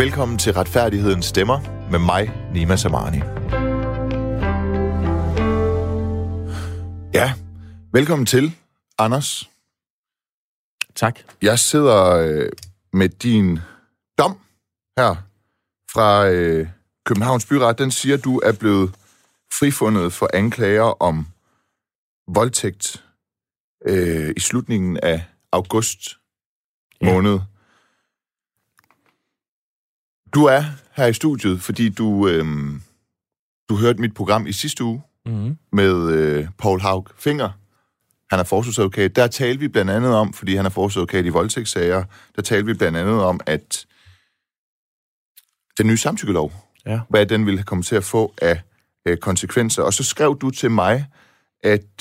Velkommen til Retfærdighedens Stemmer med mig, Nima Samani. Ja, velkommen til, Anders. Tak. Jeg sidder med din dom her fra Københavns Byret. Den siger, du er blevet frifundet for anklager om voldtægt i slutningen af august måned. Du er her i studiet, fordi du hørte mit program i sidste uge med Paul Haug Finger. Han er forsvarsadvokat. Der talte vi blandt andet om, fordi han er forsvarsadvokat i voldtægtssager, der talte vi blandt andet om, at den nye samtykkelov, hvad den ville komme til at få af konsekvenser. Og så skrev du til mig, at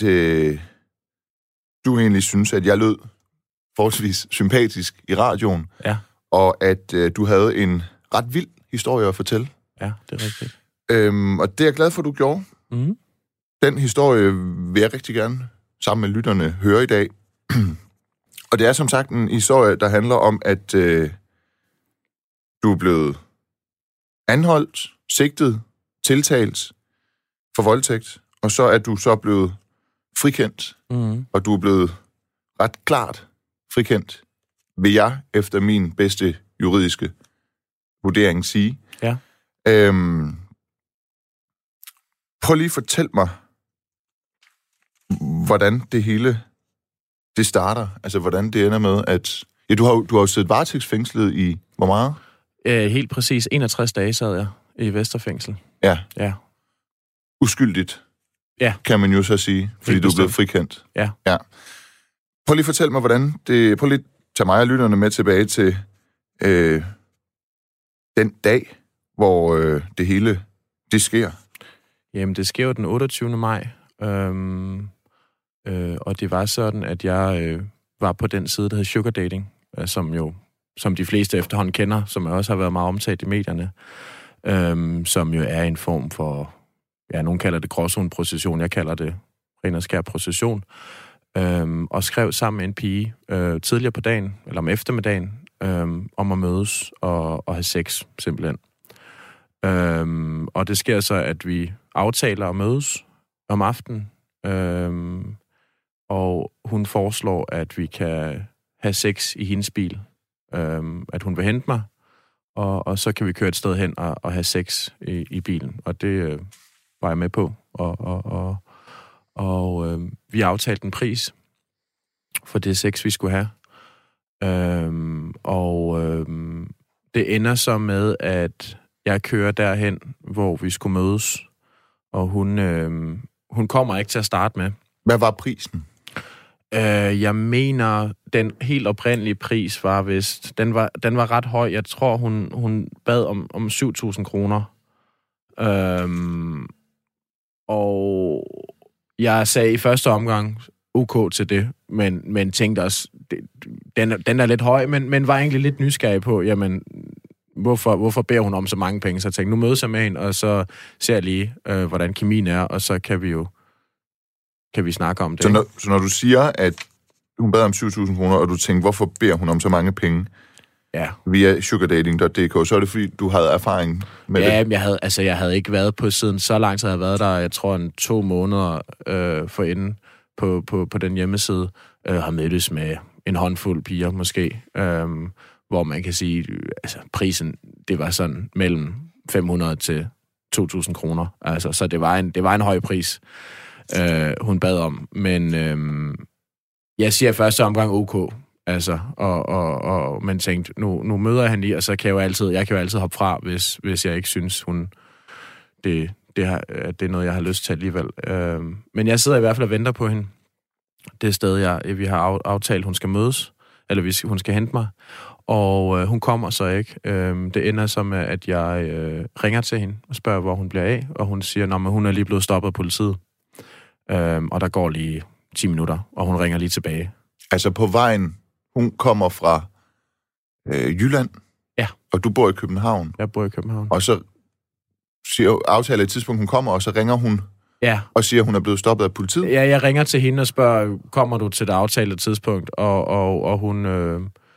du egentlig synes, at jeg lød forholdsvis sympatisk i radioen, og at du havde en ret vild historie at fortælle. Ja, det er rigtigt. Og det er jeg glad for, du gjorde. Mm. Den historie vil jeg rigtig gerne sammen med lytterne høre i dag. Og det er som sagt en historie, der handler om, at du er blevet anholdt, sigtet, tiltalt for voldtægt, og så er du så blevet frikendt, og du er blevet ret klart frikendt, vil jeg efter min bedste juridiske vurdering sige. Ja. Prøv lige at fortælle mig, hvordan det hele det starter. Altså, hvordan det ender med, at... Ja, du har jo siddet varetægtsfængslet i... Hvor meget? Helt præcis 61 dage sad jeg i Vesterfængsel. Ja. Uskyldigt. Ja. Kan man jo så sige, fordi du er blevet frikendt. Ja. Prøv lige at fortælle mig, hvordan det... Prøv lige at tage mig og lytterne med tilbage til den dag, hvor det hele, det sker. Jamen, det sker jo den 28. maj. Og det var sådan, at jeg var på den side, der hedder Sugar Dating, som de fleste efterhånden kender, som også har været meget omtalt i medierne, som jo er en form for, nogen kalder det gråzoneprostitution, jeg kalder det ren og skær prostitution, og skrev sammen med en pige tidligere på dagen, eller om eftermiddagen, om at mødes og have sex, simpelthen. Og det sker så, at vi aftaler at mødes om aftenen, og hun foreslår, at vi kan have sex i hendes bil. At hun vil hente mig, og så kan vi køre et sted hen og have sex i bilen. Og det var jeg med på. Og vi aftalte en pris for det sex, vi skulle have. Det ender så med, at jeg kører derhen, hvor vi skulle mødes, og hun kommer ikke til at starte med. Hvad var prisen? Jeg mener, den helt oprindelige pris var vist... Den var ret høj. Jeg tror, hun bad om 7.000 kroner. Og jeg sagde i første omgang OK til det, men tænkte også, den er lidt høj, men var egentlig lidt nysgerrig på, jamen, hvorfor beder hun om så mange penge? Så jeg tænkte, nu mødes jeg med hende, og så ser jeg lige, hvordan kemien er, og så kan vi snakke om det. Så når du siger, at hun bad om 7.000 kroner, og du tænkte, hvorfor beder hun om så mange penge via sugardating.dk, så er det fordi, du havde erfaring med det? Ja, jeg havde ikke været på siden så lang tid. Jeg havde været der, jeg tror, 2 måneder forinden på den hjemmeside. Har mødtes med en håndfuld piger måske, hvor man kan sige, altså prisen, det var sådan mellem 500 til 2.000 kroner. Altså, så det var en høj pris, hun bad om. Men jeg siger første omgang OK. Altså, og man tænkte, nu møder jeg hende lige, og så kan jeg kan jo altid hoppe fra, hvis jeg ikke synes, det er noget, jeg har lyst til alligevel. Men jeg sidder i hvert fald og venter på hende. Det sted, vi har aftalt, hun skal mødes, eller hun skal hente mig. Og hun kommer så ikke. Det ender så med, at jeg ringer til hende og spørger, hvor hun bliver af. Og hun siger, at hun er lige blevet stoppet af politiet. Og der går lige 10 minutter, og hun ringer lige tilbage. Altså på vejen, hun kommer fra Jylland, og du bor i København. Jeg bor i København. Og så aftaler et tidspunkt, hun kommer, og så ringer hun og siger, at hun er blevet stoppet af politiet. Ja, jeg ringer til hende og spørger, kommer du til det aftalte tidspunkt? Og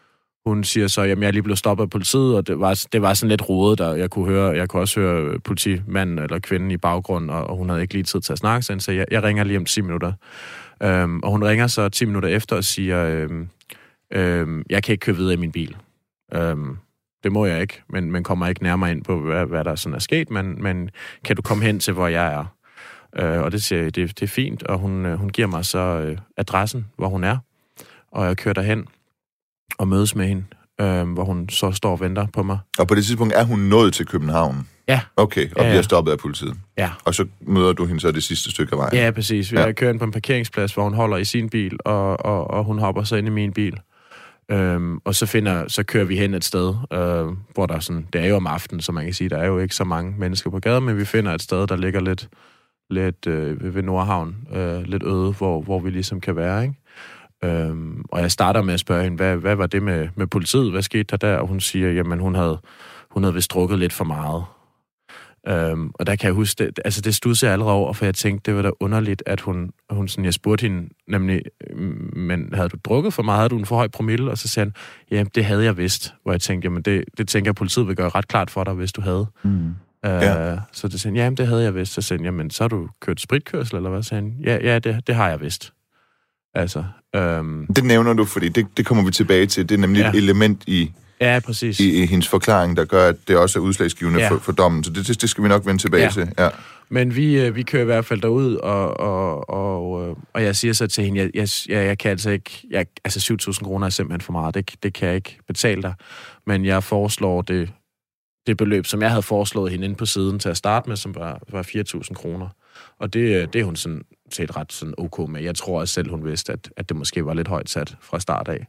hun siger så, jamen jeg er lige blevet stoppet af politiet, og det var sådan lidt rodet, og jeg kunne også høre politimanden eller kvinden i baggrunden, og hun havde ikke lige tid til at snakke, så jeg ringer lige om 10 minutter. Og hun ringer så 10 minutter efter og siger, jeg kan ikke køre videre i min bil. Det må jeg ikke, men kommer ikke nærmere ind på, hvad der sådan er sket, men kan du komme hen til, hvor jeg er? Og det siger jeg, det er fint, og hun giver mig så adressen, hvor hun er, og jeg kører derhen og mødes med hende, hvor hun så står og venter på mig. Og på det tidspunkt er hun nået til København? Ja. Okay, og bliver stoppet af politiet? Ja. Og så møder du hende så det sidste stykke af vejen? Ja, præcis. Vi kører ind på en parkeringsplads, hvor hun holder i sin bil, og hun hopper så ind i min bil. Og så kører vi hen et sted, hvor der sådan, det er jo om aftenen, så man kan sige, der er jo ikke så mange mennesker på gaden, men vi finder et sted, der ligger lidt ved Nordhavn, lidt øde, hvor vi ligesom kan være, ikke? Og jeg starter med at spørge hende, hvad var det med politiet? Hvad skete der? Og hun siger, jamen hun havde vist drukket lidt for meget. Og der kan jeg huske, det studser jeg allerede over, for jeg tænkte, det var da underligt, at hun sådan, jeg spurgte hende, nemlig, men havde du drukket for meget? Havde du en for høj promille? Og så sagde han, jamen det havde jeg vist. Hvor jeg tænkte, jamen det tænker jeg, politiet vil gøre ret klart for dig, hvis du havde. Så det sagde, jamen det havde jeg vist. Så sagde han, jamen så har du kørt spritkørsel, eller hvad? Så sagde han, ja, det har jeg vist. Altså, det nævner du, fordi det kommer vi tilbage til. Det er nemlig et element i hendes forklaring, der gør, at det også er udslagsgivende for dommen. Så det skal vi nok vende tilbage til. Ja. Men vi kører i hvert fald derud, og jeg siger så til hende, jeg kan altså ikke... 7.000 kroner er simpelthen for meget. Det kan jeg ikke betale dig. Men jeg foreslår det beløb, som jeg havde foreslået hende inde på siden til at starte med, som var 4.000 kroner. Og det er hun sådan set ret sådan okay med. Jeg tror også selv, hun vidste, at det måske var lidt højt sat fra start af.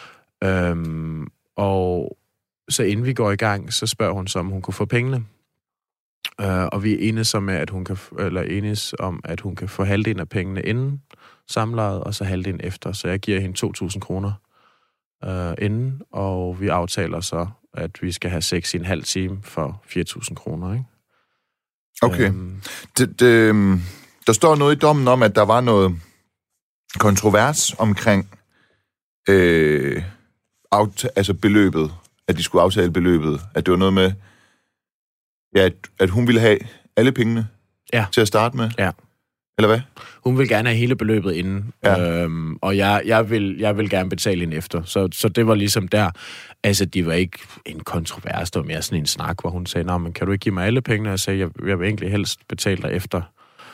Og så inden vi går i gang, så spørger hun så, om hun kunne få pengene. Og vi er enes om, at hun kan få halvdelen af pengene inden samlejet, og så halvdelen efter. Så jeg giver hende 2.000 kroner inden, og vi aftaler så, at vi skal have sex i en halv time for 4.000 kroner, ikke? Okay. Der står noget i dommen om, at der var noget kontrovers omkring beløbet, at de skulle aftale beløbet, at det var noget med, at hun ville have alle pengene til at starte med. Ja. Eller hvad? Hun vil gerne have hele beløbet inden, og jeg vil gerne betale hende efter. Så det var ligesom der. Altså, det var ikke en kontrovers, det var mere sådan en snak, hvor hun sagde, men kan du ikke give mig alle pengene? Og jeg sagde, jeg vil egentlig helst betale dig efter.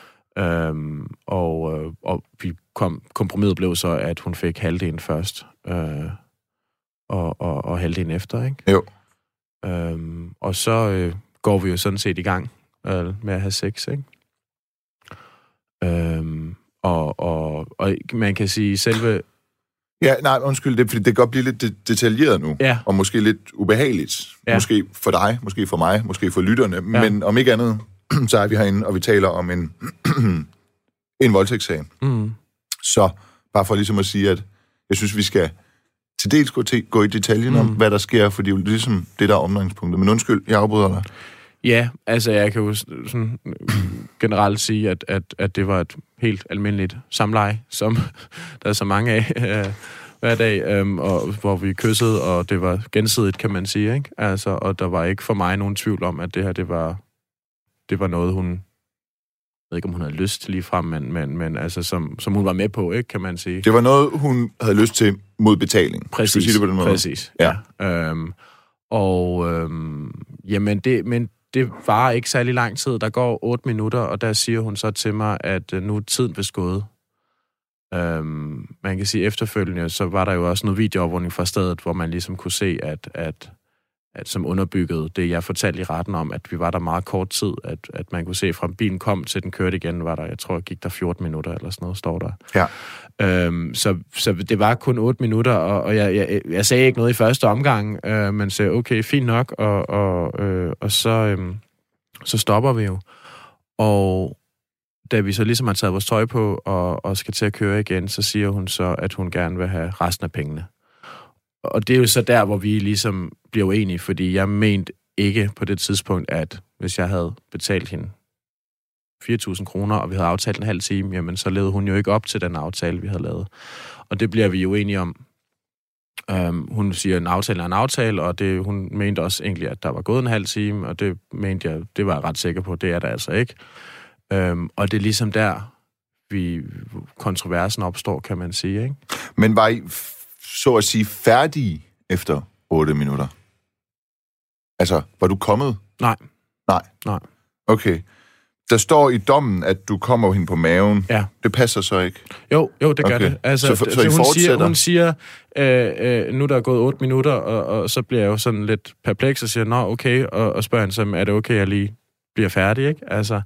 Og kompromiset blev så, at hun fik halvdelen først, og halvdelen efter, ikke? Jo. Og så går vi jo sådan set i gang med at have sex, ikke? Og man kan sige selve... Ja, nej, undskyld, fordi det kan godt blive lidt detaljeret nu, og måske lidt ubehageligt. Ja. Måske for dig, måske for mig, måske for lytterne, men om ikke andet, så er vi herinde, og vi taler om en voldtægtssag. Så bare for ligesom at sige, at jeg synes, vi skal til dels gå i detaljen om, hvad der sker, for det er jo ligesom det, der er omdrejningspunktet. Men undskyld, jeg afbryder dig. Ja, altså jeg kan jo sådan generelt sige, at det var et helt almindeligt samleje, som der er så mange af hver dag, og hvor vi kyssede, og det var gensidigt, kan man sige, ikke? Altså, og der var ikke for mig nogen tvivl om, at det her, det var noget, hun... Jeg ved ikke, om hun havde lyst til ligefrem, men altså, som hun var med på, ikke, kan man sige. Det var noget, hun havde lyst til mod betaling. Præcis, skal vi sige det på den måde? Præcis, ja. Jamen, det varer ikke særlig lang tid. Der går 8 minutter, og der siger hun så til mig, at nu er tiden vist gået. Man kan sige efterfølgende, så var der jo også noget videoovervågning fra stedet, hvor man ligesom kunne se, at som underbyggede det, jeg fortalte i retten om, at vi var der meget kort tid, at man kunne se, fra bilen kom til den kørte igen, var der, jeg tror, gik der 14 minutter eller sådan noget, står der. Ja. Så det var kun 8 minutter, og jeg sagde ikke noget i første omgang, men sagde, okay, fint nok, og så stopper vi jo. Og da vi så ligesom har taget vores tøj på og skal til at køre igen, så siger hun så, at hun gerne vil have resten af pengene. Og det er jo så der, hvor vi ligesom bliver uenige, fordi jeg mente ikke på det tidspunkt, at hvis jeg havde betalt hende 4.000 kroner, og vi havde aftalt en halv time, jamen så levede hun jo ikke op til den aftale, vi havde lavet. Og det bliver vi jo enige om. Hun siger, en aftale er en aftale, og hun mente også egentlig, at der var gået en halv time, og det mente jeg, det var jeg ret sikker på, det er der altså ikke. Og det er ligesom der, kontroversen opstår, kan man sige, ikke? Men var I, så at sige, færdige efter 8 minutter? Altså, var du kommet? Nej. Okay. Der står i dommen, at du kommer hende på maven. Ja. Det passer så ikke? Jo, det gør det. Altså, så I fortsætter? Hun siger nu der er gået 8 minutter, og så bliver jeg jo sådan lidt perpleks og siger, nå, okay, og spørger hende så, er det okay, jeg lige bliver færdig, ikke? Altså,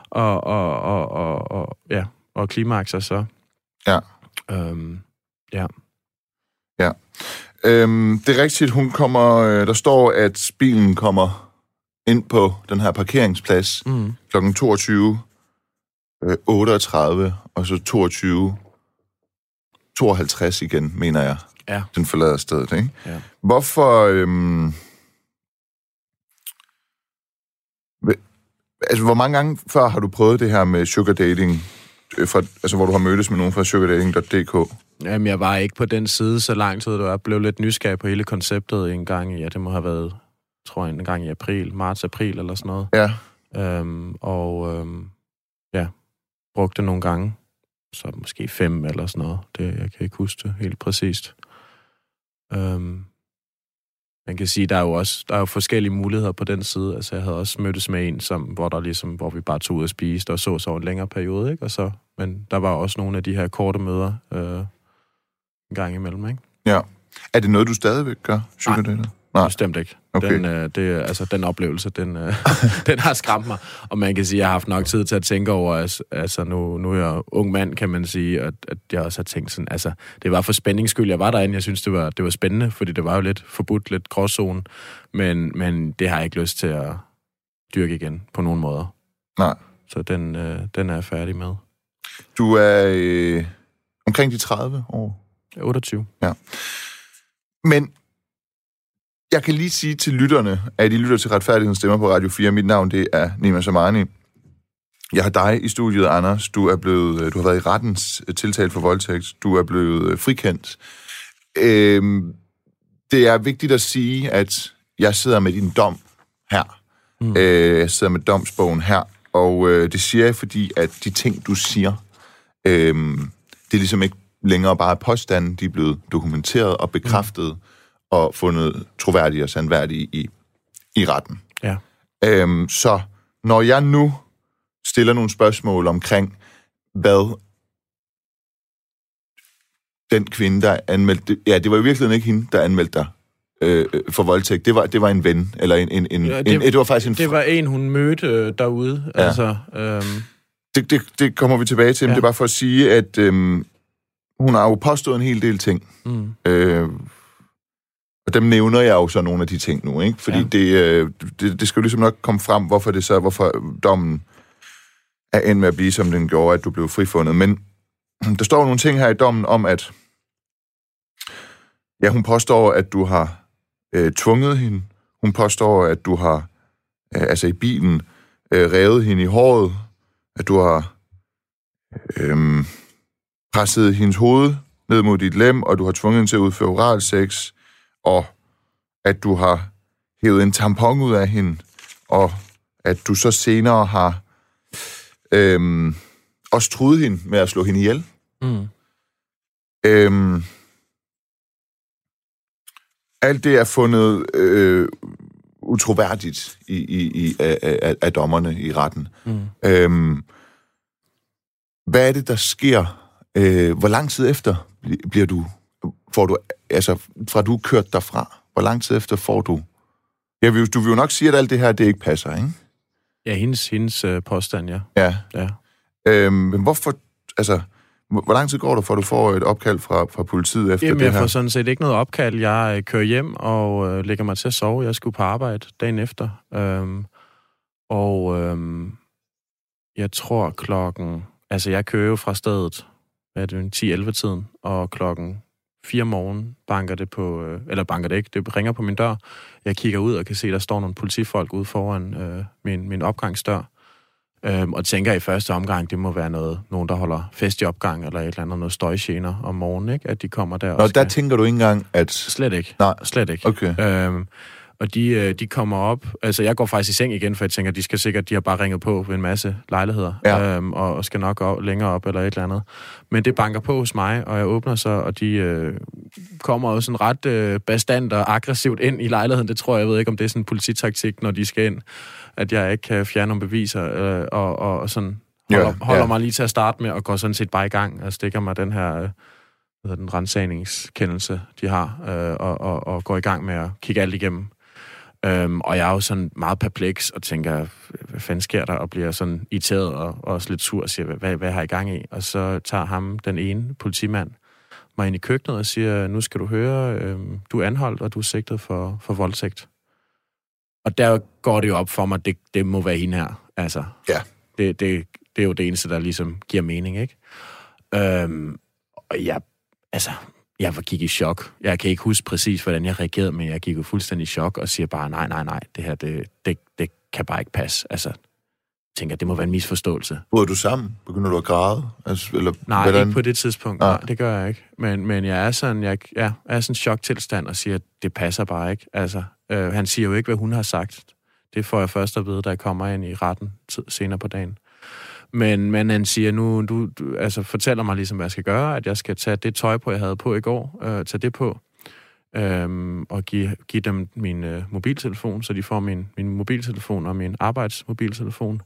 og klimakser så. Ja. Ja. Det er rigtigt, hun kommer, der står, at bilen kommer ind på den her parkeringsplads kl. 22:38, og så 22:52 igen, mener jeg. Ja. Den forlader stedet, ikke? Ja. Hvorfor... altså, hvor mange gange før har du prøvet det her med sugar dating, hvor du har mødtes med nogen fra sugardating.dk? Jamen, jeg var ikke på den side så lang tid. Jeg blev lidt nysgerrig på hele konceptet en gang. Ja, det må have været, tror jeg, en gang i marts-april eller sådan noget. Ja. Brugte nogle gange. Så måske 5 eller sådan noget. Jeg kan ikke huske det helt præcist. Man kan sige, der er jo forskellige muligheder på den side. Altså, jeg havde også mødtes med en, hvor vi bare tog ud og spiste og så en længere periode, ikke? Men der var også nogle af de her korte møder en gang imellem, ikke? Ja. Er det noget, du stadigvæk gør, sugardater? Nej, bestemt ikke. Okay. Den oplevelse, den har skræmt mig. Og man kan sige, at jeg har haft nok tid til at tænke over, altså nu er jeg ung mand, kan man sige, at jeg også har tænkt sådan, altså det var for spændings skyld, jeg var derinde. Jeg synes, det var spændende, fordi det var jo lidt forbudt, lidt gråzone. Men det har jeg ikke lyst til at dyrke igen på nogen måder. Nej. Så den er jeg færdig med. Du er omkring de 30 år? 28. Ja. Men jeg kan lige sige til lytterne, at I lytter til Retfærdighedens Stemmer på Radio 4. Mit navn, det er Nima Samani. Jeg har dig i studiet, Anders. Du har været i rettens tiltalt for voldtægt. Du er blevet frikendt. Det er vigtigt at sige, at jeg sidder med din dom her. Jeg sidder med domsbogen her. Og det siger jeg, fordi at de ting, du siger, det er ligesom ikke længere bare påstanden. De er blevet dokumenteret og bekræftet og fundet troværdige og sandværdige i retten. Ja. Så når jeg nu stiller nogle spørgsmål omkring, hvad den kvinde, der anmeldte... Ja, det var i virkeligheden ikke hende, der anmeldte dig for voldtægt. Det var en ven, eller det var faktisk en... Det var en, hun mødte derude. Ja. Altså, Det kommer vi tilbage til, men det er bare for at sige, at hun har jo påstået en hel del ting. Og dem nævner jeg jo så nogle af de ting nu, ikke? Fordi det skal jo ligesom nok komme frem, hvorfor dommen er endt med at blive, som den gjorde, at du blev frifundet. Men der står nogle ting her i dommen om, at hun påstår, at du har tvunget hende. Hun påstår, at du har, i bilen, revet hende i håret. At du har presset hendes hoved ned mod dit lem, og du har tvunget hende til at udføre oralsex, og at du har hævet en tampon ud af hende, og at du så senere har også truet hende med at slå hende ihjel. Alt det er fundet utroværdigt af dommerne i retten. Hvad er det, der sker? Hvor lang tid efter får du, altså fra du kørt derfra, hvor lang tid efter får du? Du vil jo nok sige, at alt det her, det ikke passer, ikke? Ja, hendes påstand, ja. Ja. Men hvorfor, altså, hvor lang tid går der, for du får et opkald fra politiet efter det her? Jeg får sådan set ikke noget opkald. Jeg kører hjem og lægger mig til at sove. Jeg skulle på arbejde dagen efter. Jeg tror klokken... Altså, jeg kører jo fra stedet, 10-11-tiden, og klokken 4 morgen banker det på... eller banker det ikke, det ringer på min dør. Jeg kigger ud og kan se, der står nogle politifolk ude foran min opgangsdør. Og tænker i første omgang, det må være nogen, der holder fest i opgang, eller et eller andet, noget støjgener om morgenen, ikke? At de kommer der. Nå, der tænker du ikke engang, at... Slet ikke. Nej. Slet ikke. Okay. Og de kommer op... Altså, jeg går faktisk i seng igen, for jeg tænker, de har bare ringet på ved en masse lejligheder, og skal nok længere op, eller et eller andet. Men det banker på hos mig, og jeg åbner så, og de kommer jo sådan ret bastant og aggressivt ind i lejligheden. Det tror jeg ved ikke, om det er sådan en polititaktik, når de skal ind, at jeg ikke kan fjerne nogle beviser, og sådan holder mig lige til at starte med, og går sådan set bare i gang, og stikker mig den her... den ransagningskendelse, de har, og går i gang med at kigge alt igennem. Og jeg er jo sådan meget perpleks og tænker, hvad fanden sker der? Og bliver sådan irriteret og også lidt sur og siger, hvad har I gang i? Og så tager ham, den ene politimand, mig ind i køkkenet og siger, nu skal du høre, du er anholdt, og du er sigtet for voldtægt. Og der går det jo op for mig, det må være hende her. Altså, det er jo det eneste, der ligesom giver mening, ikke? Og jeg gik i chok. Jeg kan ikke huske præcis, hvordan jeg reagerede, men jeg gik jo fuldstændig i chok og siger bare, nej, det her, det kan bare ikke passe. Altså, jeg tænker, det må være en misforståelse. Bryder du sammen? Begynder du at græde? Altså, eller nej, hvordan? Ikke på det tidspunkt. Nej, det gør jeg ikke. Men jeg er sådan, jeg er sådan en choktilstand og siger, at det passer bare ikke. Altså, han siger jo ikke, hvad hun har sagt. Det får jeg først at vide, da jeg kommer ind i retten senere på dagen. Men han siger nu, du altså fortæller mig ligesom, hvad jeg skal gøre, at jeg skal tage det tøj på, jeg havde på i går, tage det på, og give dem min mobiltelefon, så de får min mobiltelefon og min arbejdsmobiltelefon.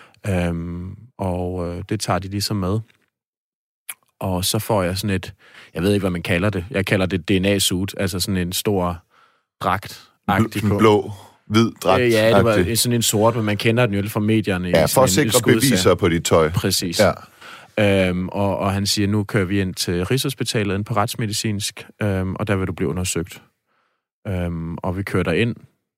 Det tager de ligesom med. Og så får jeg sådan et, jeg ved ikke, hvad man kalder det, jeg kalder det DNA-suit, altså sådan en stor dragt-agtig på. Blå. Hvid dragt. Ja, det var sådan en sort, men man kender den jo lidt fra medierne. Ja, for at sikre beviser på dit tøj. Præcis. Ja. Og han siger, nu kører vi ind til Rigshospitalet ind på retsmedicinsk, og der vil du blive undersøgt. Og vi kører derind,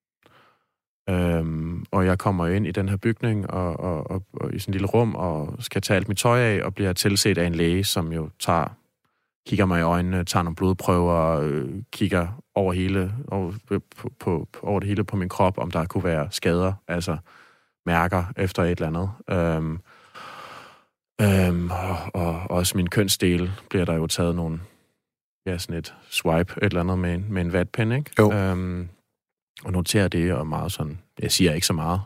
og jeg kommer ind i den her bygning, og i sådan en lille rum, og skal tage alt mit tøj af, og bliver tilset af en læge, som jo kigger mig i øjnene, tager nogle blodprøver, kigger over det hele på min krop, om der kunne være skader, altså mærker efter et eller andet. Og også min kønsdel bliver der jo taget nogle, sådan et swipe, et eller andet med en vatpen, ikke? Jo. Og noterer det, og meget sådan, jeg siger ikke så meget.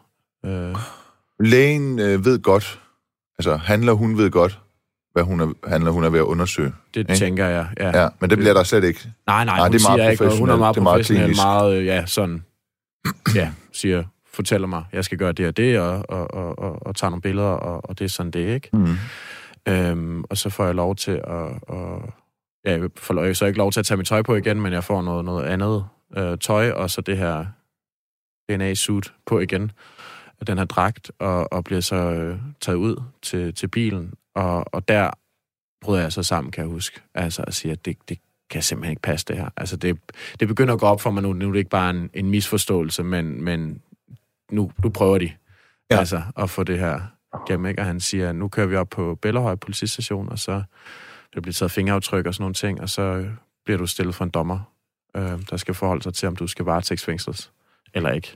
Lægen ved godt, altså handler hun ved godt, hvad hun er ved at undersøge. Det ikke? Tænker jeg, ja. Ja, men det bliver der slet ikke. Nej, hun det er meget siger ikke, hun er meget professionel, meget siger, fortæller mig, jeg skal gøre det og det, og tager nogle billeder, og det er sådan det, ikke? Og så får jeg lov til jeg får så ikke lov til at tage mit tøj på igen, men jeg får noget andet tøj, og så det her DNA-suit på igen, den her dragt, og bliver så taget ud til bilen, og der bryder jeg så sammen, kan jeg huske, altså at sige, at det kan simpelthen ikke passe det her. Altså det begynder at gå op for mig nu. Nu er det ikke bare en misforståelse, men nu prøver de altså at få det her gennem, ikke? Og han siger, nu kører vi op på Bellahøj politistation, og så der bliver taget fingeraftryk og sådan nogle ting, og så bliver du stillet for en dommer, der skal forholde sig til, om du skal varetægtsfængsles eller ikke.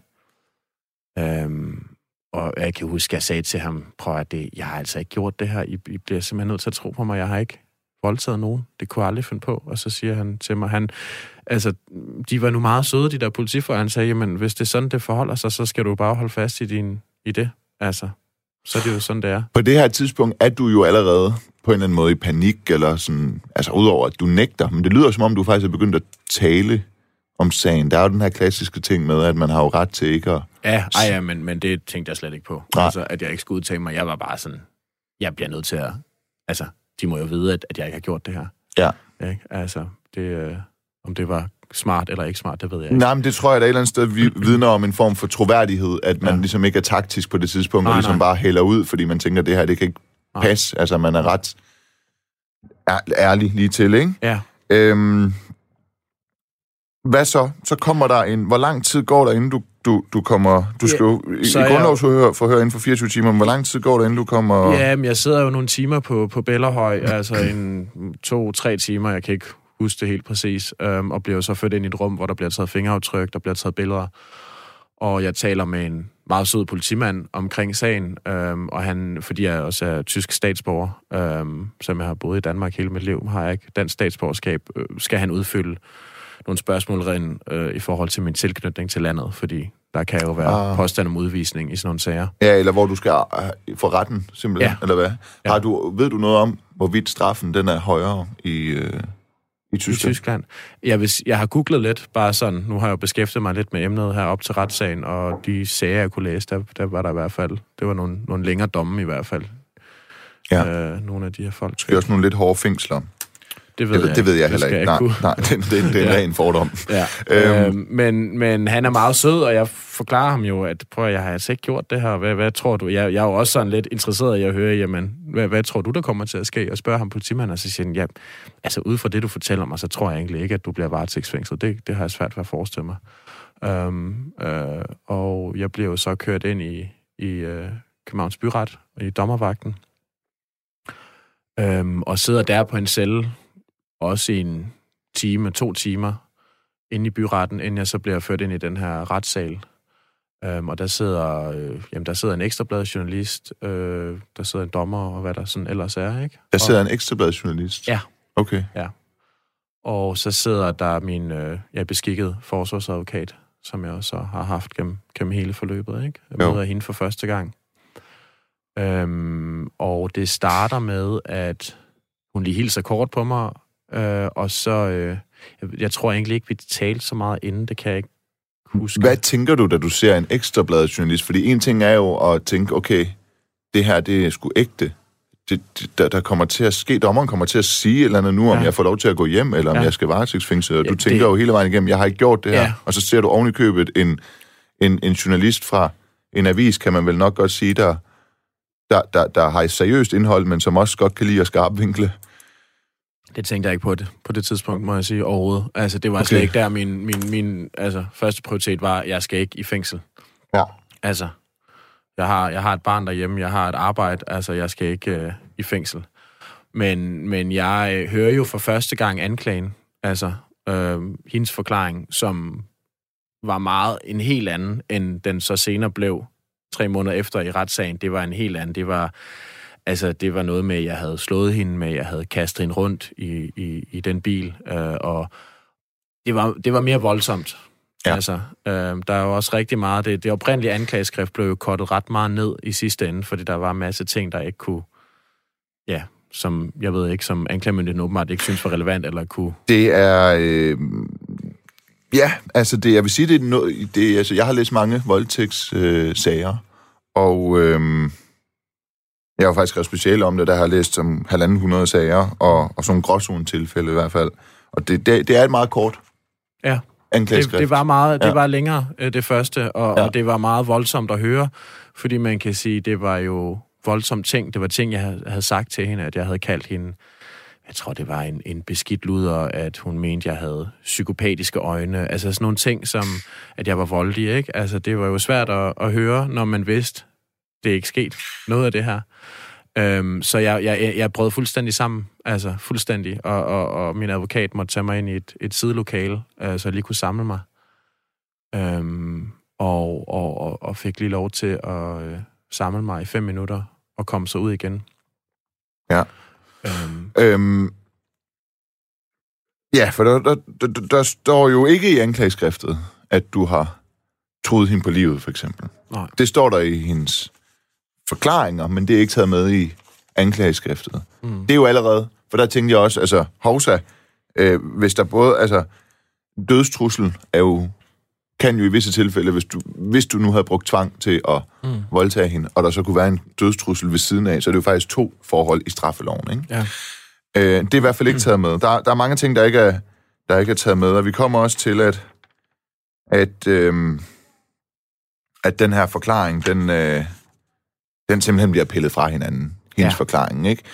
Og jeg kan huske, at jeg sagde til ham, prøv at jeg har altså ikke gjort det her. I bliver simpelthen nødt til at tro på mig. Jeg har ikke voldtaget nogen. Det kunne jeg aldrig finde på. Og så siger han til mig, de var nu meget søde, de der politifolk. Han sagde, jamen, hvis det er sådan, det forholder sig, så skal du bare holde fast i det. Altså, så er det jo sådan, det er. På det her tidspunkt er du jo allerede på en eller anden måde i panik, eller sådan, altså udover at du nægter. Men det lyder som om, du faktisk er begyndt at tale om sagen. Der er jo den her klassiske ting med, at man har jo ret til ikke at... Ja, men det tænkte jeg slet ikke på. Altså, at jeg ikke skulle udtale mig. Jeg var bare sådan, jeg bliver nødt til at... Altså, de må jo vide, at jeg ikke har gjort det her. Ja. Ikke? Altså, om det var smart eller ikke smart, det ved jeg ikke. Nej, men det tror jeg, der et eller andet sted vidner om en form for troværdighed, at man ligesom ikke er taktisk på det tidspunkt, og ligesom bare hælder ud, fordi man tænker, det her, det kan ikke passe. Altså, man er ret ærlig lige til, ikke? Ja. Hvad så? Så kommer der hvor lang tid går der, inden du kommer... Du skal jo i grundlovsforhør inden for 24 timer, men hvor lang tid går der, inden du kommer... Ja, men jeg sidder jo nogle timer på Bellahøj, altså 2-3 timer, jeg kan ikke huske det helt præcis, og bliver jo så ført ind i et rum, hvor der bliver taget fingeraftryk, der bliver taget billeder, og jeg taler med en meget sød politimand omkring sagen, og han, fordi jeg også er tysk statsborger, som jeg har boet i Danmark hele mit liv, har jeg ikke dansk statsborgerskab, skal han udfylde nogle spørgsmål i forhold til min tilknytning til landet, fordi der kan jo være påstand om udvisning i sådan nogle sager. Ja, eller hvor du skal få retten, simpelthen, eller hvad? Ja. Ved du noget om, hvorvidt straffen den er højere i Tyskland? Jeg har googlet lidt, bare sådan, nu har jeg jo beskæftiget mig lidt med emnet her op til retssagen, og de sager, jeg kunne læse, der var der i hvert fald, det var nogle længere domme i hvert fald. Ja. Nogle af de her folk. Det er også nogle lidt hårde fængsler. Det ved jeg heller ikke. Nej, det er en ren fordom. Ja. Men han er meget sød, og jeg forklarer ham jo, at jeg har altså ikke gjort det her. Hvad tror du? Jeg er jo også sådan lidt interesseret i at høre, jamen, hvad tror du, der kommer til at ske? Og spørger ham politimanden, og så siger han, ja, altså ud fra det, du fortæller mig, så tror jeg egentlig ikke, at du bliver varetægtsfængslet. Det har jeg svært ved at forestille mig. Og jeg bliver jo så kørt ind i Københavns Byret, i dommervagten, og sidder der på en celle, også i en time, 2 timer, inde i byretten, inden jeg så bliver ført ind i den her retssal. Og der sidder en ekstrabladsjournalist, der sidder en dommer, og hvad der sådan ellers er, ikke? Der sidder en ekstrabladsjournalist? Ja. Okay. Ja. Og så sidder der min beskikkede forsvarsadvokat, som jeg også har haft gennem hele forløbet, ikke? Jeg møder hende for første gang. Og det starter med, at hun lige hilser kort på mig, og så, jeg tror egentlig ikke, vi talte så meget inden, det kan jeg ikke huske. Hvad tænker du, da du ser en ekstrabladsjournalist? Fordi en ting er jo at tænke, okay, det her, det er sgu ægte. Der kommer til at ske, dommeren kommer til at sige et eller andet nu, om jeg får lov til at gå hjem, eller om jeg skal varetægtsfængsles, og du tænker jo hele vejen igennem, jeg har ikke gjort det her, og så ser du oven i købet en journalist fra en avis, kan man vel nok godt sige, der har et seriøst indhold, men som også godt kan lide at skarpvinkle. Det tænkte jeg ikke på det tidspunkt, må jeg sige, overhovedet. Altså, det var slet ikke der, min første prioritet var, at jeg skal ikke i fængsel. Ja. Altså, jeg har et barn derhjemme, jeg har et arbejde, altså, jeg skal ikke i fængsel. Men jeg hører jo for første gang anklagen, altså, hendes forklaring, som var meget en helt anden, end den så senere blev 3 måneder efter i retssagen. Det var en helt anden. Det var noget med, at jeg havde slået hende med, jeg havde kastet hende rundt i den bil, og det var mere voldsomt. Ja. Altså, der er jo også rigtig meget, det oprindelige anklageskrift blev jo kortet ret meget ned i sidste ende, fordi der var en masse ting, der ikke kunne, som jeg ved ikke, som anklagemyndigheden åbenbart ikke synes var relevant, eller kunne... Det er... jeg vil sige, altså, jeg har læst mange voldtægtssager, og jeg har faktisk skrevet speciale om det, der har læst om 150 sager, og sådan nogle gråzone-tilfælde i hvert fald. Og det er et meget kort anklageskrift. Det var meget, det var længere, det første, og det var meget voldsomt at høre, fordi man kan sige, det var jo voldsomt ting. Det var ting, jeg havde sagt til hende, at jeg havde kaldt hende, jeg tror, det var en beskidt luder, at hun mente, jeg havde psykopatiske øjne. Altså sådan nogle ting, som at jeg var voldelig, ikke? Altså, det var jo svært at høre, når man vidste, det er ikke sket noget af det her. Så jeg brød fuldstændig sammen, altså fuldstændig, og min advokat måtte tage mig ind i et sidelokale, så jeg lige kunne samle mig. Og fik lige lov til at samle mig i 5 minutter, og komme så ud igen. Ja. For der står jo ikke i anklageskriftet, at du har truet hende på livet, for eksempel. Nej. Det står der i hendes forklaringer, men det er ikke taget med i anklageskriftet. Det er jo allerede, for der tænkte jeg også, altså, hovsa, hvis der både, altså, dødstrussel kan jo i visse tilfælde, hvis du nu havde brugt tvang til at voldtage hende, og der så kunne være en dødstrussel ved siden af, så er det jo faktisk 2 forhold i straffeloven, ikke? Ja. Det er i hvert fald ikke taget med. Der er mange ting, der ikke er taget med, og vi kommer også til, at den her forklaring, den simpelthen bliver pillet fra hinanden. Hendes forklaring, ikke?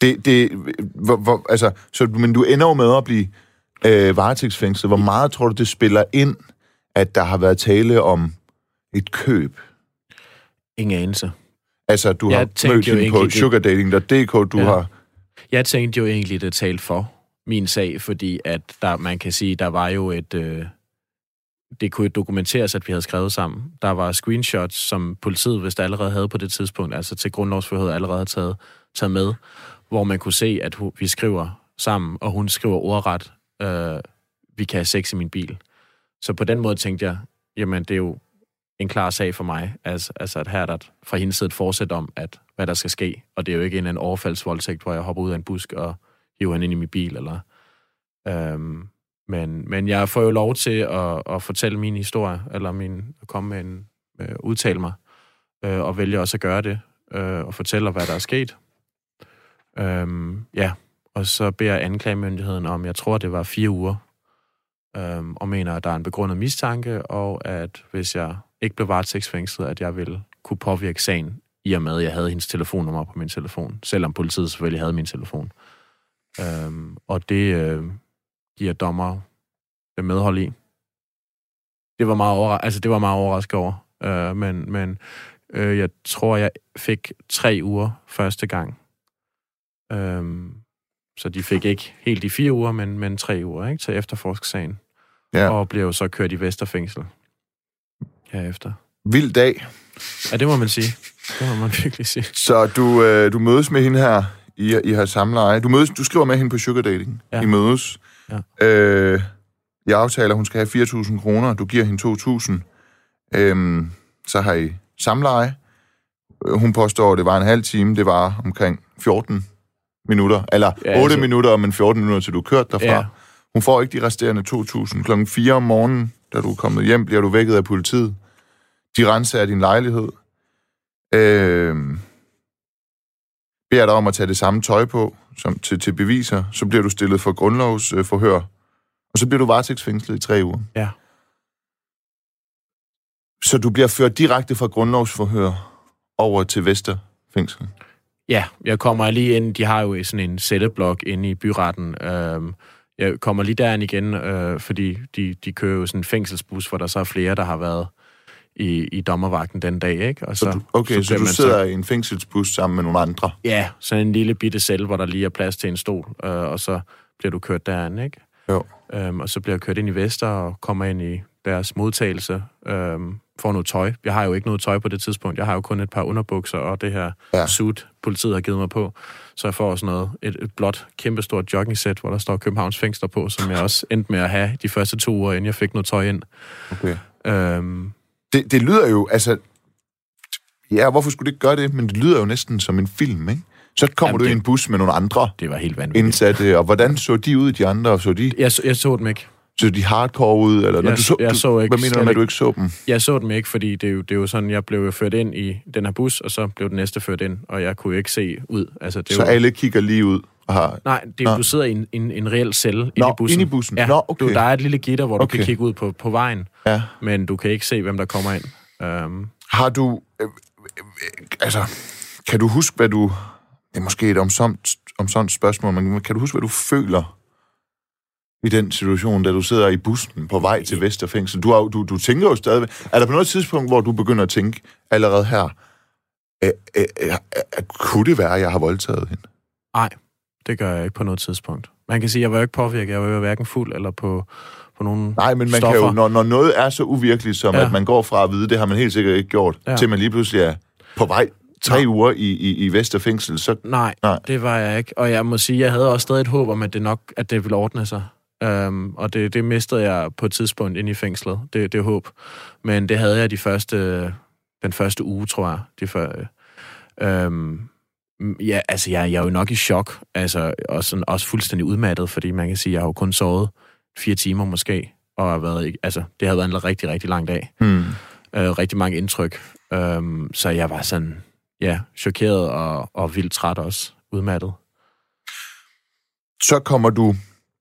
Men du ender jo med at blive varetægtsfængslet. Hvor meget tror du, det spiller ind, at der har været tale om et køb? ingen anelse. Altså, du har mødt hende på sugardating.dk, har... Jeg tænkte jo egentlig, det talte for min sag, fordi at man kan sige, der var jo et... det kunne dokumenteres, at vi havde skrevet sammen. Der var screenshots, som politiet, hvis der allerede havde på det tidspunkt, altså til grundlovsforhøret allerede havde taget med, hvor man kunne se, at vi skriver sammen, og hun skriver ordret, vi kan have sex i min bil. Så på den måde tænkte jeg, jamen det er jo en klar sag for mig, altså at her er der fra hendes side et forsæt om, at hvad der skal ske, og det er jo ikke en overfaldsvoldtægt, hvor jeg hopper ud af en busk og hiver hende ind i min bil, eller... Men jeg får jo lov til at fortælle min historie, eller komme med en udtale mig, og vælge også at gøre det, og fortælle, hvad der er sket. Og så beder anklagemyndigheden om, jeg tror, det var 4 uger, og mener, at der er en begrundet mistanke, og at hvis jeg ikke blev varetægtsfængslet, at jeg ville kunne påvirke sagen, i og med, at jeg havde hendes telefonnummer på min telefon, selvom politiet selvfølgelig havde min telefon. Og det giver dommer medhold i. Det var meget overrasket over. Men jeg tror, jeg fik 3 uger første gang. Så de fik ikke helt de 4 uger, men 3 uger, ikke, til efterforskningssagen. Ja. Og blev så kørt i Vesterfængsel herefter. Vild dag. Ja, det må man sige. Det må man virkelig sige. Så du mødes med hende her, I har samleje. Du skriver med hende på Sugar Dating. Ja. I mødes. Ja. Jeg aftaler, hun skal have 4.000 kroner. Du giver hende 2.000. Så har I samleje. Hun påstår, at det var en halv time. Det var omkring 14 minutter. Eller 8 minutter, men 14 minutter, til du kørt derfra. Ja. Hun får ikke de resterende 2.000. Klokken 4 om morgenen, da du er kommet hjem, bliver du vækket af politiet. De renser din lejlighed. Beder dig om at tage det samme tøj på som til beviser. Så bliver du stillet for grundlovsforhør. Og så bliver du varetægtsfængslet i 3 uger. Ja. Så du bliver ført direkte fra grundlovsforhør over til Vesterfængsel? Ja, jeg kommer lige ind. De har jo sådan en celleblok inde i byretten. Jeg kommer lige derind igen, fordi de kører jo sådan en fængselsbus, hvor der så er flere, der har været i dommervagten den dag, ikke? Og så du sidder i en fængselsbus sammen med nogle andre? Ja, sådan en lille bitte celle, hvor der lige er plads til en stol, og så bliver du kørt derind, ikke? Jo. Og så bliver jeg kørt ind i Vester og kommer ind i deres modtagelse, får noget tøj. Jeg har jo ikke noget tøj på det tidspunkt. Jeg har jo kun et par underbukser og det her suit, politiet har givet mig på. Så jeg får sådan noget, et blåt, kæmpestort joggingsæt, hvor der står Københavns Fængsler på, som jeg også endte med at have de første 2 uger, inden jeg fik noget tøj ind. Okay. Det lyder jo, altså... Ja, hvorfor skulle det ikke gøre det? Men det lyder jo næsten som en film, ikke? Så kommer du i en bus med nogle andre. Det var helt vanvittigt. Indsatte, og hvordan så de ud, de andre? Så de... Jeg så dem ikke. Så de hardcore ud? Eller jeg så ikke. Hvad mener du med, at du ikke så dem? Jeg så dem ikke, fordi det er jo sådan, jeg blev ført ind i den her bus, og så blev den næste ført ind, og jeg kunne ikke se ud. Altså, det så alle kigger lige ud? Nej, du sidder i en reel celle inde i bussen. Inde i bussen? Ja, Nå, okay. Der er et lille gitter, hvor du kan kigge ud på vejen, men du kan ikke se, hvem der kommer ind. Har du... altså, kan du huske, hvad du... Det er måske et omsondt spørgsmål, men kan du huske, hvad du føler i den situation, da du sidder i bussen på vej til Vesterfængsel? Du tænker jo stadigvæk... Er der på noget tidspunkt, hvor du begynder at tænke allerede her, kunne det være, at jeg har voldtaget hende? Nej, det gør jeg ikke på noget tidspunkt. Man kan sige, at jeg var jo ikke påvirket. Jeg var jo hverken fuld eller på nogle Nej, men man stoffer. Kan jo, når noget er så uvirkeligt, som at man går fra at vide, det har man helt sikkert ikke gjort, til man lige pludselig er på vej 3 uger i Vesterfængsel, så... Nej, det var jeg ikke. Og jeg må sige, jeg havde også stadig et håb om, at det ville ordne sig. Og det mistede jeg på et tidspunkt inde i fængslet, det håb. Men det havde jeg den første uge, tror jeg. Ja, altså, jeg er jo nok i chok. Altså, også fuldstændig udmattet, fordi man kan sige, at jeg har jo kun sovet 4 timer måske, og har været, altså, det har været en rigtig, rigtig lang dag. Rigtig mange indtryk. Så jeg var sådan, chokeret og vildt træt også, udmattet. Så kommer du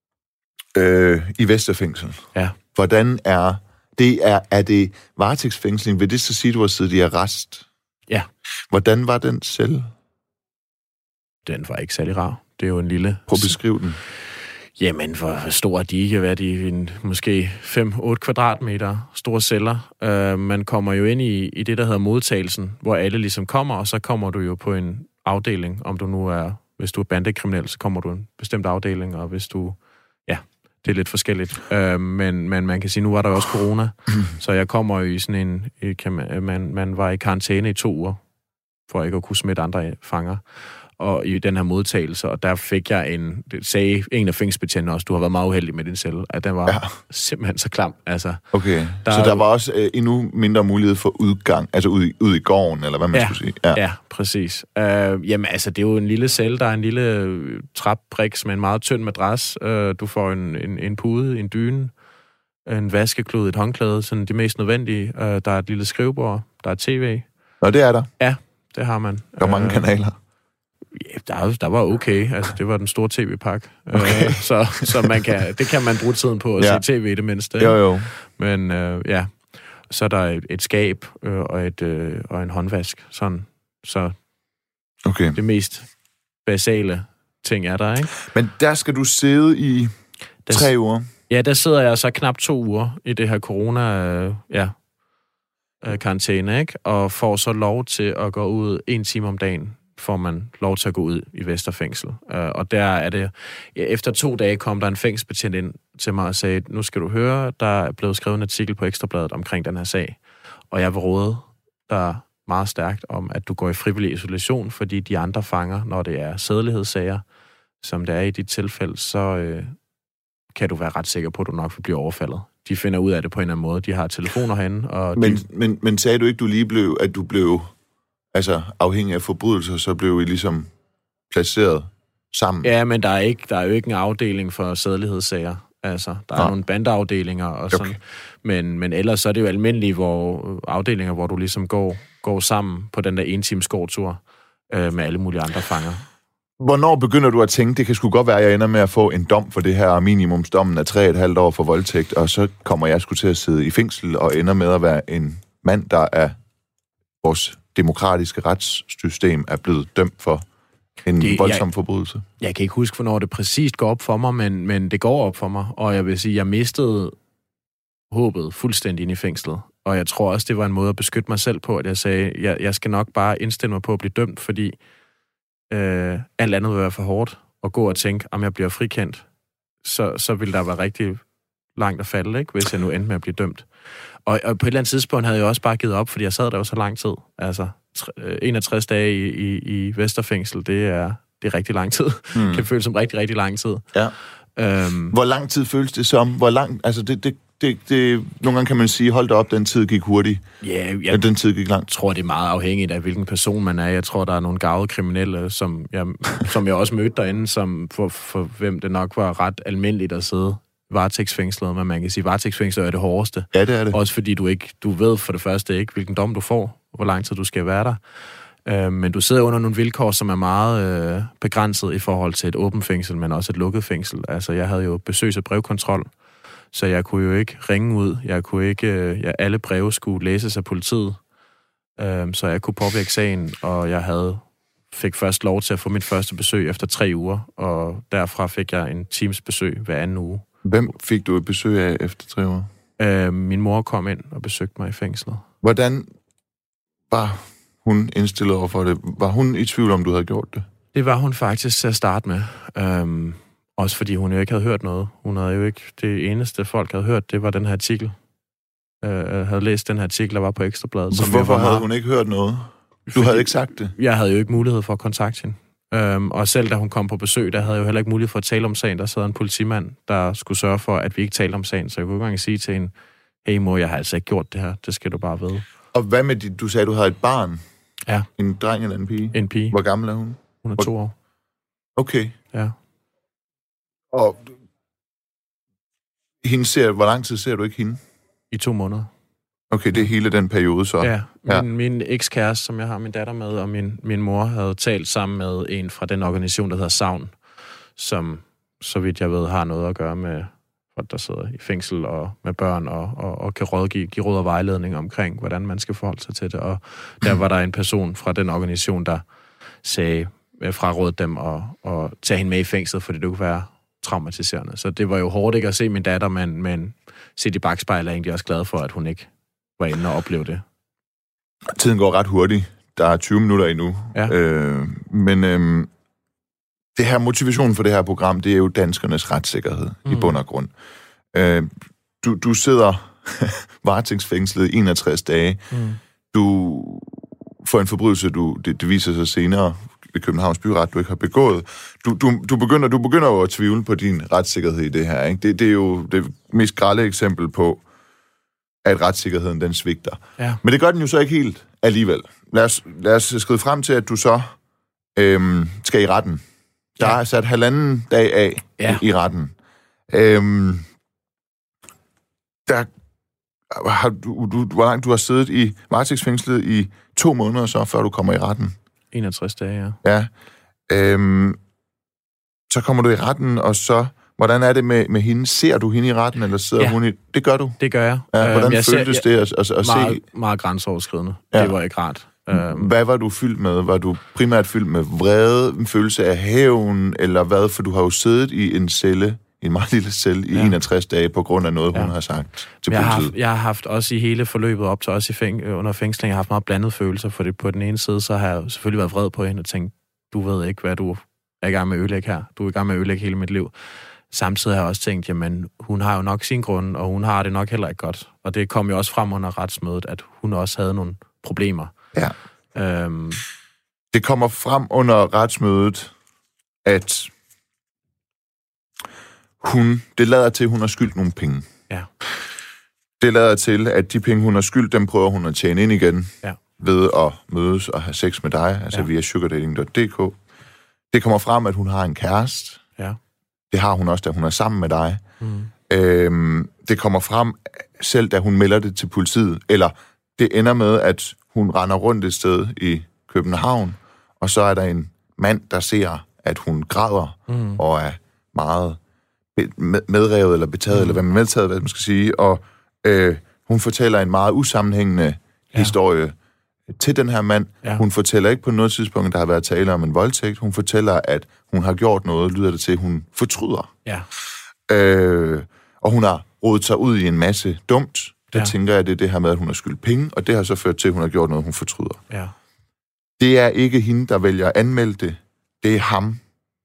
i Vesterfængsel. Ja. Hvordan er det varetægtsfængsling? Vil det så sige, at du har siddet i arrest? Ja. Hvordan var den celle? Den var ikke særlig rar. Det er jo en lille... Prøv at beskrive den. Jamen, hvor stor er de ikke? Hvad er de? Måske 5-8 kvadratmeter store celler. Man kommer jo ind i det, der hedder modtagelsen, hvor alle ligesom kommer, og så kommer du jo på en afdeling. Hvis du er bandekriminel, så kommer du en bestemt afdeling, og hvis du... Ja, Det er lidt forskelligt. Men man kan sige, nu var der også corona, så jeg kommer jo i sådan man var i karantæne i 2 uger, for ikke at kunne smitte andre fanger, og i den her modtagelse, og der fik jeg det sagde en af fængselsbetjentene også, du har været meget uheldig med din celle, at den var simpelthen så klam. Altså, okay, så der var også endnu mindre mulighed for udgang, altså ud i gården, eller hvad man skulle sige. Ja, præcis. Jamen, altså, det er jo en lille celle, der er en lille trapbriks med en meget tynd madras. Du får en pude, en dyne, en vaskeklud, et håndklæde, sådan det mest nødvendige. Der er et lille skrivebord, der er tv. Og det er der? Ja, det har man. Der er mange kanaler? Ja, der var okay. Altså, det var den store tv-pakke. Okay. Så det kan man bruge tiden på at se tv i det mindste. Jo. Men så er der et skab og en håndvask. Sådan. Så okay. Det mest basale ting er der, ikke? Men der skal du sidde i 3 uger? Ja, der sidder jeg så knap 2 uger i det her karantæne, ikke? Og får så lov til at gå ud 1 time om dagen, får man lov til at gå ud i Vesterfængsel. Og der er det... Efter 2 dage kom der en fængselsbetjent ind til mig og sagde, nu skal du høre, der er blevet skrevet en artikel på Ekstrabladet omkring den her sag, og jeg vil råde dig meget stærkt om, at du går i frivillig isolation, fordi de andre fanger, når det er sædelighedssager, som det er i dit tilfælde, så kan du være ret sikker på, at du nok vil blive overfaldet. De finder ud af det på en eller anden måde. De har telefoner herinde. Og men sagde du ikke, at du blev altså afhængig af forbrydelser, så blev I ligesom placeret sammen? Ja, men der er jo ikke en afdeling for sædelighedssager. Altså, der er nogle bandeafdelinger og sådan. Okay. Men ellers så er det jo almindelige afdelinger, hvor du ligesom går sammen på den der 1 times gårdtur med alle mulige andre fanger. Hvornår begynder du at tænke, det kan sgu godt være, at jeg ender med at få en dom for det her, minimumsdommen af 3,5 år for voldtægt, og så kommer jeg sgu til at sidde i fængsel og ender med at være en mand, der er vores demokratiske retssystem er blevet dømt for en voldsom forbrydelse? Jeg kan ikke huske, hvornår det præcist går op for mig, men det går op for mig, og jeg vil sige, jeg mistede håbet fuldstændig ind i fængslet, og jeg tror også, det var en måde at beskytte mig selv på, at jeg sagde, jeg skal nok bare indstille mig på at blive dømt, fordi alt andet vil være for hårdt at gå og tænke, om jeg bliver frikendt, så vil der være rigtig langt at falde, ikke? Hvis jeg nu endte med at blive dømt. Og på et eller andet tidspunkt havde jeg også bare givet op, fordi jeg sad der jo så lang tid. Altså, 61 dage i Vesterfængsel, det er rigtig lang tid. Det kan føles som rigtig, rigtig lang tid. Ja. Hvor lang tid føles det som? Hvor lang, altså det nogle gange kan man sige, hold da op, den tid gik hurtigt. Ja, den tid gik langt. Jeg tror, det er meget afhængigt af, hvilken person man er. Jeg tror, der er nogle garvede kriminelle, som jeg også mødte derinde, som for hvem det nok var ret almindeligt at sidde varetægtsfængslet, men man kan sige, varetægtsfængslet er det hårdeste. Ja, det er det. Også fordi du ved for det første ikke, hvilken dom du får, hvor lang tid du skal være der. Men du sidder under nogle vilkår, som er meget begrænset i forhold til et åbent fængsel, men også et lukket fængsel. Altså, jeg havde jo besøgs- og brevkontrol, så jeg kunne jo ikke ringe ud. Jeg kunne ikke... alle breve skulle læses af politiet, så jeg kunne påvirke sagen, og jeg fik først lov til at få mit første besøg efter 3 uger, og derfra fik jeg en times besøg hver anden uge. Hvem fik du et besøg af efter 3 uger? Min mor kom ind og besøgte mig i fængslet. Hvordan var hun indstillet over for det? Var hun i tvivl om, du havde gjort det? Det var hun faktisk til at starte med. Også fordi hun jo ikke havde hørt noget. Hun havde jo ikke... Det eneste folk havde hørt, det var den her artikel. Havde læst den her artikel, der var på Ekstrabladet. Hvorfor havde hun ikke hørt noget? Du havde ikke sagt det? Jeg havde jo ikke mulighed for at kontakte hende. Og selv da hun kom på besøg, der havde jeg jo heller ikke mulighed for at tale om sagen. Der sad en politimand, der skulle sørge for, at vi ikke talte om sagen. Så jeg kunne ikke engang sige til hende, hey mor, jeg har altså ikke gjort det her. Det skal du bare vide. Og hvad med du sagde, du havde et barn? Ja. En dreng eller en pige? En pige. Hvor gammel er hun? Hun er 2 år. Okay. Ja. Og hvor lang tid ser du ikke hende? I 2 måneder. Okay, det er hele den periode så? Ja. Min ekskæreste, som jeg har min datter med, og min mor havde talt sammen med en fra den organisation, der hedder Savn, som, så vidt jeg ved, har noget at gøre med folk, der sidder i fængsel og med børn, og kan give råd og vejledning omkring, hvordan man skal forholde sig til det. Og der var der en person fra den organisation, der sagde, frarådede dem at tage hende med i fængslet, fordi det kunne være traumatiserende. Så det var jo hårdt ikke at se min datter, men set i bakspejl er egentlig også glad for, at hun ikke var inde og opleve det. Tiden går ret hurtigt. Der er 20 minutter endnu. Ja. Men det her motivation for det her program, det er jo danskernes retssikkerhed i bund og grund. Du sidder varetægtsfængslet i 61 dage. Du får en forbrydelse, det viser sig senere ved Københavns Byret, du ikke har begået. Du begynder jo at tvivle på din retssikkerhed i det her. Ikke? Det er jo det mest grelle eksempel på, at retssikkerheden den svigter. Ja. Men det gør den jo så ikke helt alligevel. Lad os skride frem til, at du så skal i retten. Der er sat 1,5 dag af i retten. Du har siddet i varetægtsfængslet i 2 måneder så, før du kommer i retten. 61 dage, ja. Ja. Så kommer du i retten, og så... Hvordan er det med hende? Ser du hende i retten, eller sidder hun i... Det gør du? Det gør jeg. Ja, hvordan føltes det at se? Meget grænseoverskridende. Ja. Det var ikke rart. Hvad var du fyldt med? Var du primært fyldt med vrede, en følelse af hævn, eller hvad? For du har jo siddet i en celle, en meget lille celle, i 61 dage, på grund af noget, hun har sagt til politiet. Jeg har haft også i hele forløbet op til også under fængsling, jeg har haft meget blandede følelser, for det på den ene side, så har jeg selvfølgelig været vred på hende og tænkt, du ved ikke, hvad du er i gang med at ødelægge her. Du er i gang med at ødelægge hele mit liv. Samtidig har jeg også tænkt, jamen, hun har jo nok sin grund, og hun har det nok heller ikke godt. Og det kom jo også frem under retsmødet, at hun også havde nogle problemer. Ja. Det kommer frem under retsmødet, at det lader til, at hun har skyldt nogle penge. Ja. Det lader til, at de penge, hun har skyldt, dem prøver hun at tjene ind igen, ved at mødes og have sex med dig, altså via sugardating.dk. Det kommer frem, at hun har en kæreste. Ja. Det har hun også, da hun er sammen med dig. Det kommer frem, selv da hun melder det til politiet, eller det ender med, at hun render rundt et sted i København, og så er der en mand, der ser, at hun græder, og er meget medrevet eller betaget, eller hvad man medtaget, hvad man skal sige, og hun fortæller en meget usammenhængende historie til den her mand. Ja. Hun fortæller ikke på noget tidspunkt, at der har været tale om en voldtægt. Hun fortæller, at hun har gjort noget, lyder det til, hun fortryder. Ja. Og hun har rodet sig ud i en masse dumt. Der tænker jeg, det er det her med, at hun har skyldt penge, og det har så ført til, at hun har gjort noget, hun fortryder. Ja. Det er ikke hende, der vælger at anmelde det. Det er ham.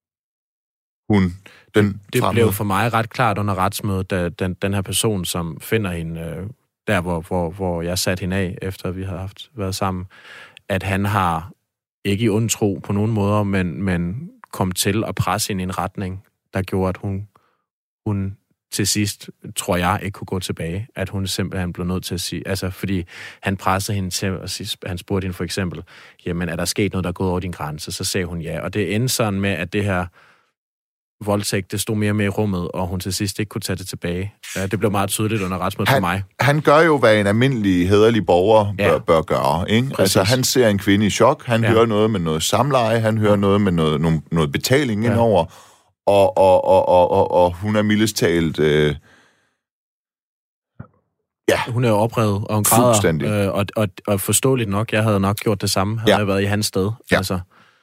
Det blev for mig ret klart under retsmødet, da den her person, som finder hende der, hvor jeg satte hende af, efter vi havde været sammen, at han har ikke i ond tro på nogen måder, men kom til at presse hende i en retning, der gjorde, at hun til sidst, tror jeg, ikke kunne gå tilbage. At hun simpelthen blev nødt til at sige, altså fordi han pressede hende til at sige, han spurgte hende for eksempel, jamen er der sket noget, der er gået over din grænse? Så sagde hun ja, og det endte sådan med, at det her voldtægt, det stod mere og mere i rummet, og hun til sidst ikke kunne tage det tilbage. Det blev meget tydeligt under retsmødet for mig. Han gør jo, hvad en almindelig, hæderlig borger bør gøre. Ikke? Altså, han ser en kvinde i chok, han hører noget med noget samleje, han hører noget med noget betaling indover, og hun er mildest talt... Hun er jo oprevet, og hun græder. Og forståeligt nok, jeg havde nok gjort det samme, havde jeg været i hans sted. Ja. Altså.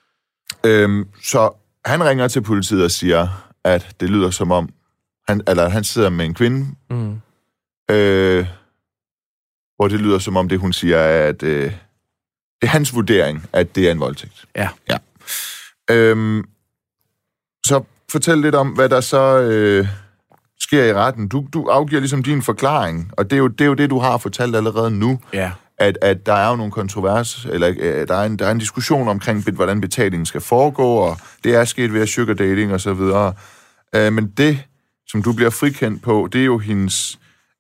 Så han ringer til politiet og siger, at det lyder som om, han sidder med en kvinde, hvor det lyder som om det, hun siger, er, at det er hans vurdering, at det er en voldtægt. Ja. Så fortæl lidt om, hvad der så sker i retten. Du afgiver ligesom din forklaring, og det er jo det, du har fortalt allerede nu. Ja. At der er jo nogle kontrovers, eller der er en diskussion omkring, hvordan betalingen skal foregå, og det er sket ved sugar dating og så videre. Men det, som du bliver frikendt på, det er jo hendes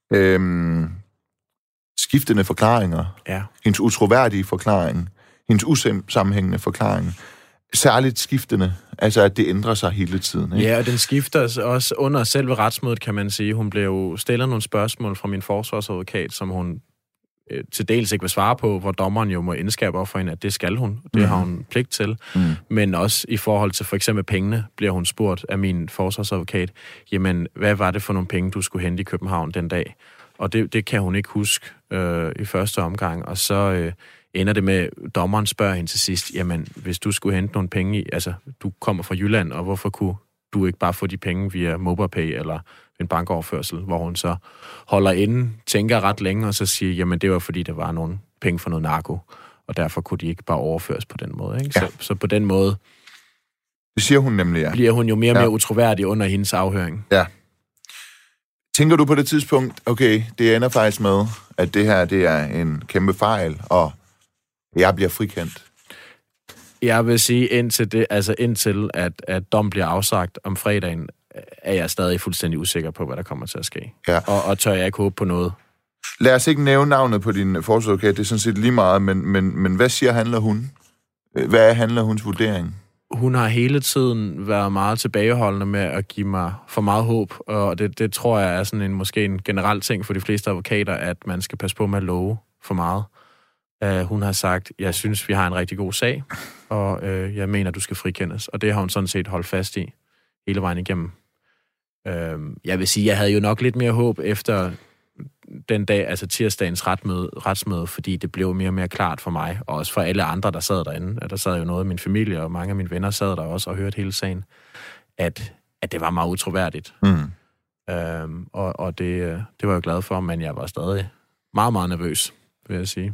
skiftende forklaringer. Ja. Hendes utroværdige forklaring. Hendes usammenhængende forklaring. Særligt skiftende, altså at det ændrer sig hele tiden. Ikke? Ja, og den skifter også under selve retsmødet, kan man sige. Hun blev stillet nogle spørgsmål fra min forsvarsadvokat, som hun til dels ikke vil svare på, hvor dommeren jo må indskabe op for hende, at det skal hun. Det har hun pligt til. Men også i forhold til for eksempel pengene, bliver hun spurgt af min forsvarsadvokat, jamen, hvad var det for nogle penge, du skulle hente i København den dag? Og det kan hun ikke huske i første omgang. Og så ender det med, dommeren spørger hende til sidst, jamen, hvis du skulle hente nogle penge altså, du kommer fra Jylland, og hvorfor kunne du ikke bare få de penge via MobilePay eller en bankoverførsel, hvor hun så holder inde, tænker ret længe, og så siger, jamen det var fordi, der var nogle penge for noget narko, og derfor kunne de ikke bare overføres på den måde. Ikke? Ja. Så på den måde Det siger hun nemlig, ja. Bliver hun jo mere og mere utroværdig under hendes afhøring. Ja. Tænker du på det tidspunkt, okay, det ender faktisk med, at det her, det er en kæmpe fejl, og jeg bliver frikendt? Jeg vil sige, indtil at dom bliver afsagt om fredagen, er jeg stadig fuldstændig usikker på, hvad der kommer til at ske. Ja. Og tør jeg ikke håbe på noget. Lad os ikke nævne navnet på din forsvarsadvokat, det er sådan set lige meget, men hvad siger handler hun? Hvad er handler huns vurdering? Hun har hele tiden været meget tilbageholdende med at give mig for meget håb, og det tror jeg er sådan måske en generel ting for de fleste advokater, at man skal passe på med at love for meget. Hun har sagt, jeg synes, vi har en rigtig god sag, og jeg mener, du skal frikendes. Og det har hun sådan set holdt fast i hele vejen igennem. Jeg vil sige, jeg havde jo nok lidt mere håb efter den dag, altså tirsdagens retsmøde, fordi det blev mere og mere klart for mig, og også for alle andre, der sad derinde. Der sad jo noget af min familie, og mange af mine venner sad der også og hørte hele sagen, at det var meget utroværdigt. Og det var jeg glad for, men jeg var stadig meget, meget nervøs, vil jeg sige.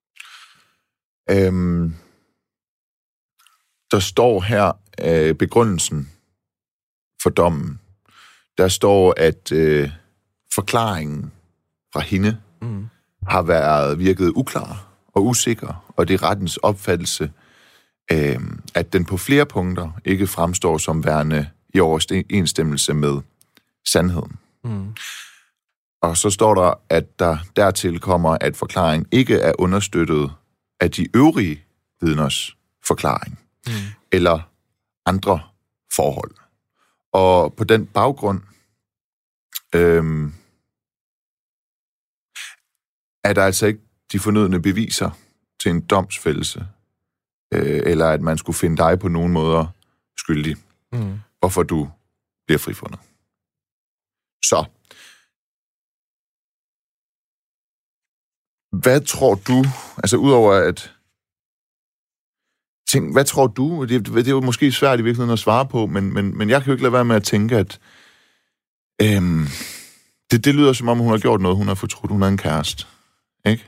Der står her begrundelsen for dommen. Der står, at forklaringen fra hende har været virket uklar og usikker, og det er rettens opfattelse, at den på flere punkter ikke fremstår som værende i overensstemmelse med sandheden. Og så står der, at der dertil kommer, at forklaringen ikke er understøttet af de øvrige vidners forklaring eller andre forhold. Og på den baggrund er der altså ikke de fornødne beviser til en domsfældelse, eller at man skulle finde dig på nogen måder skyldig, hvorfor du bliver frifundet. Så, hvad tror du, altså udover at tænke, hvad tror du, det er jo måske svært i virkeligheden at svare på, men jeg kan jo ikke lade være med at tænke, at det lyder som om, hun har gjort noget, hun har fortrudt, hun er en kæreste. Ikke?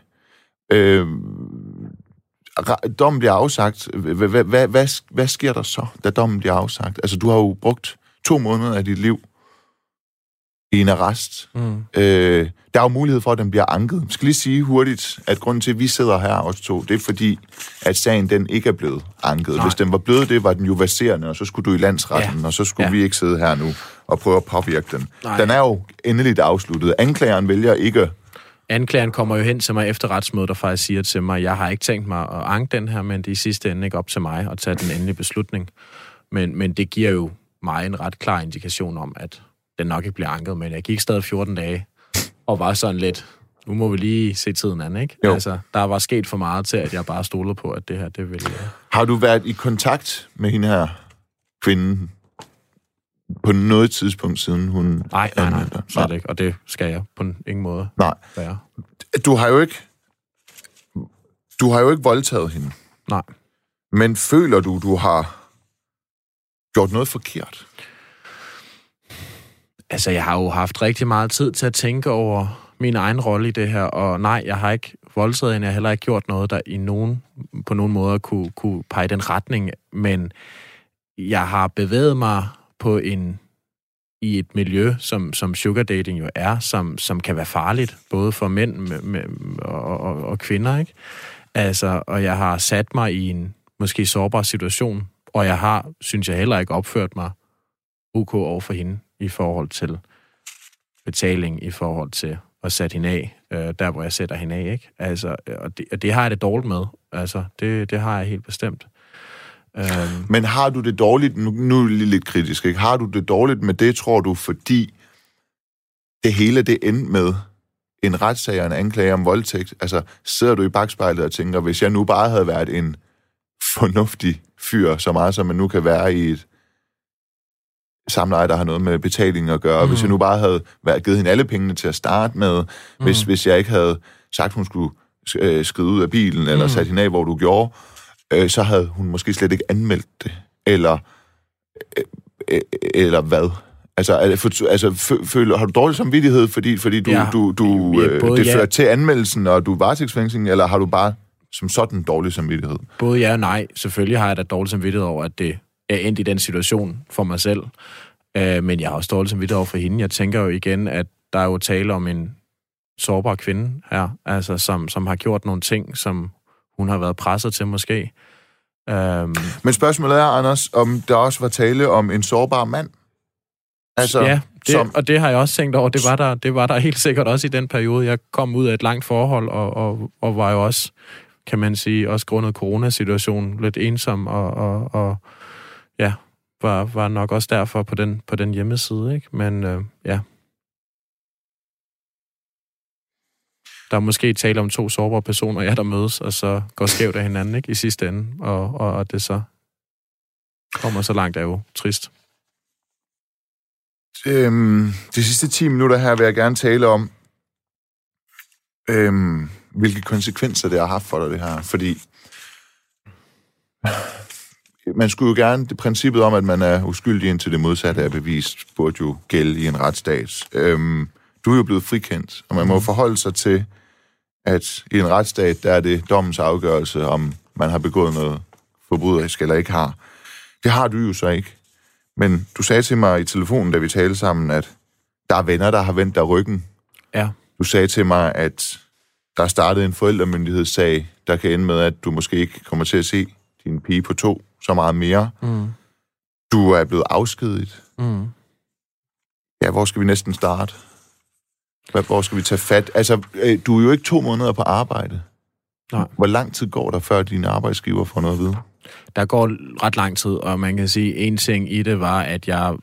Dommen bliver afsagt. Hvad sker der så, da dommen bliver afsagt? Altså, du har jo brugt 2 måneder af dit liv i en arrest. Der er jo mulighed for, at den bliver anket. Jeg skal lige sige hurtigt, at grunden til, at vi sidder her også 2, det er fordi, at sagen den ikke er blevet anket. Nej. Hvis den var blevet det, var den jo verserende, og så skulle du i landsretten, og så skulle vi ikke sidde her nu og prøve at påvirke den. Nej. Den er jo endeligt afsluttet. Anklageren vælger ikke. Anklageren kommer jo hen til mig efter retsmødet, og faktisk siger til mig, jeg har ikke tænkt mig at anke den her, men det er i sidste ende ikke op til mig at tage den endelige beslutning. Men det giver jo mig en ret klar indikation om, at den nok ikke bliver anket, men jeg gik stadig 14 dage, og var sådan lidt, nu må vi lige se tiden an, ikke? Jo. Altså, der var sket for meget til, at jeg bare stolede på, at det her, det ville... Har du været i kontakt med hende her kvinde på noget tidspunkt, siden hun... Nej, slet ikke, og det skal jeg på ingen måde være. Du har jo ikke voldtaget hende. Nej. Men føler du har gjort noget forkert? Altså, jeg har jo haft rigtig meget tid til at tænke over min egen rolle i det her, og nej, jeg har ikke voldtaget hende, jeg har heller ikke gjort noget, der på nogen måde kunne pege den retning, men jeg har bevæget mig i et miljø, som sugar dating jo er, som kan være farligt, både for mænd og kvinder, ikke? Altså, og jeg har sat mig i en måske sårbar situation, og jeg har, synes jeg, heller ikke opført mig ok over for hende i forhold til betaling, i forhold til at sætte hende af, der hvor jeg sætter hende af, ikke? Altså, og det har jeg det dårligt med. Altså, det har jeg helt bestemt. Men har du det dårligt, nu er det lidt kritisk, ikke? Har du det dårligt med det, tror du, fordi det hele det endte med en retssag og en anklage om voldtægt? Altså, sidder du i bagspejlet og tænker, hvis jeg nu bare havde været en fornuftig fyr, så meget som man nu kan være i et samleje, der har noget med betaling at gøre, hvis jeg nu bare havde givet hende alle pengene til at starte med, hvis jeg ikke havde sagt, hun skulle skride ud af bilen, eller sat hende af, hvor du gjorde, så havde hun måske slet ikke anmeldt det. Eller hvad? Altså har du dårlig samvittighed, fordi du det fører til anmeldelsen, og du er varetægtsfængsling, eller har du bare som sådan dårlig samvittighed? Både ja og nej. Selvfølgelig har jeg da dårlig samvittighed over, at det endt i den situation for mig selv. Men jeg har også dårligt samvittighed over for hende. Jeg tænker jo igen, at der er jo tale om en sårbar kvinde her, altså som har gjort nogle ting, som hun har været presset til måske. Men spørgsmålet er, Anders, om der også var tale om en sårbar mand? Altså, ja, og det har jeg også tænkt over. Det var der helt sikkert også i den periode. Jeg kom ud af et langt forhold, og var jo også, kan man sige, også grundet coronasituationen, lidt ensom, og ja, var nok også derfor på den hjemmeside, ikke? Men ja. Der er måske tale om 2 sårbare personer, der mødes, og så går skævt af hinanden, ikke? I sidste ende, og det så kommer så langt, er jo trist. De sidste 10 minutter her vil jeg gerne tale om, hvilke konsekvenser det har haft for dig, det her. Fordi man skulle jo gerne, det princippet om, at man er uskyldig indtil det modsatte er bevist, burde jo gælde i en retsstat. Du er jo blevet frikendt, og man må forholde sig til, at i en retsstat, der er det dommens afgørelse, om man har begået noget forbryderisk eller ikke har. Det har du jo så ikke. Men du sagde til mig i telefonen, da vi talte sammen, at der er venner, der har vendt dig ryggen. Ja. Du sagde til mig, at der er startet en forældremyndighedssag, der kan ende med, at du måske ikke kommer til at se din pige på 2 så meget mere. Mm. Du er blevet afskediget. Mm. Ja, hvor skal vi næsten starte? Hvor skal vi tage fat? Altså, du er jo ikke 2 måneder på arbejde. Nej. Hvor lang tid går der, før din arbejdsgiver får noget at vide? Der går ret lang tid, og man kan sige, en ting i det var, at jeg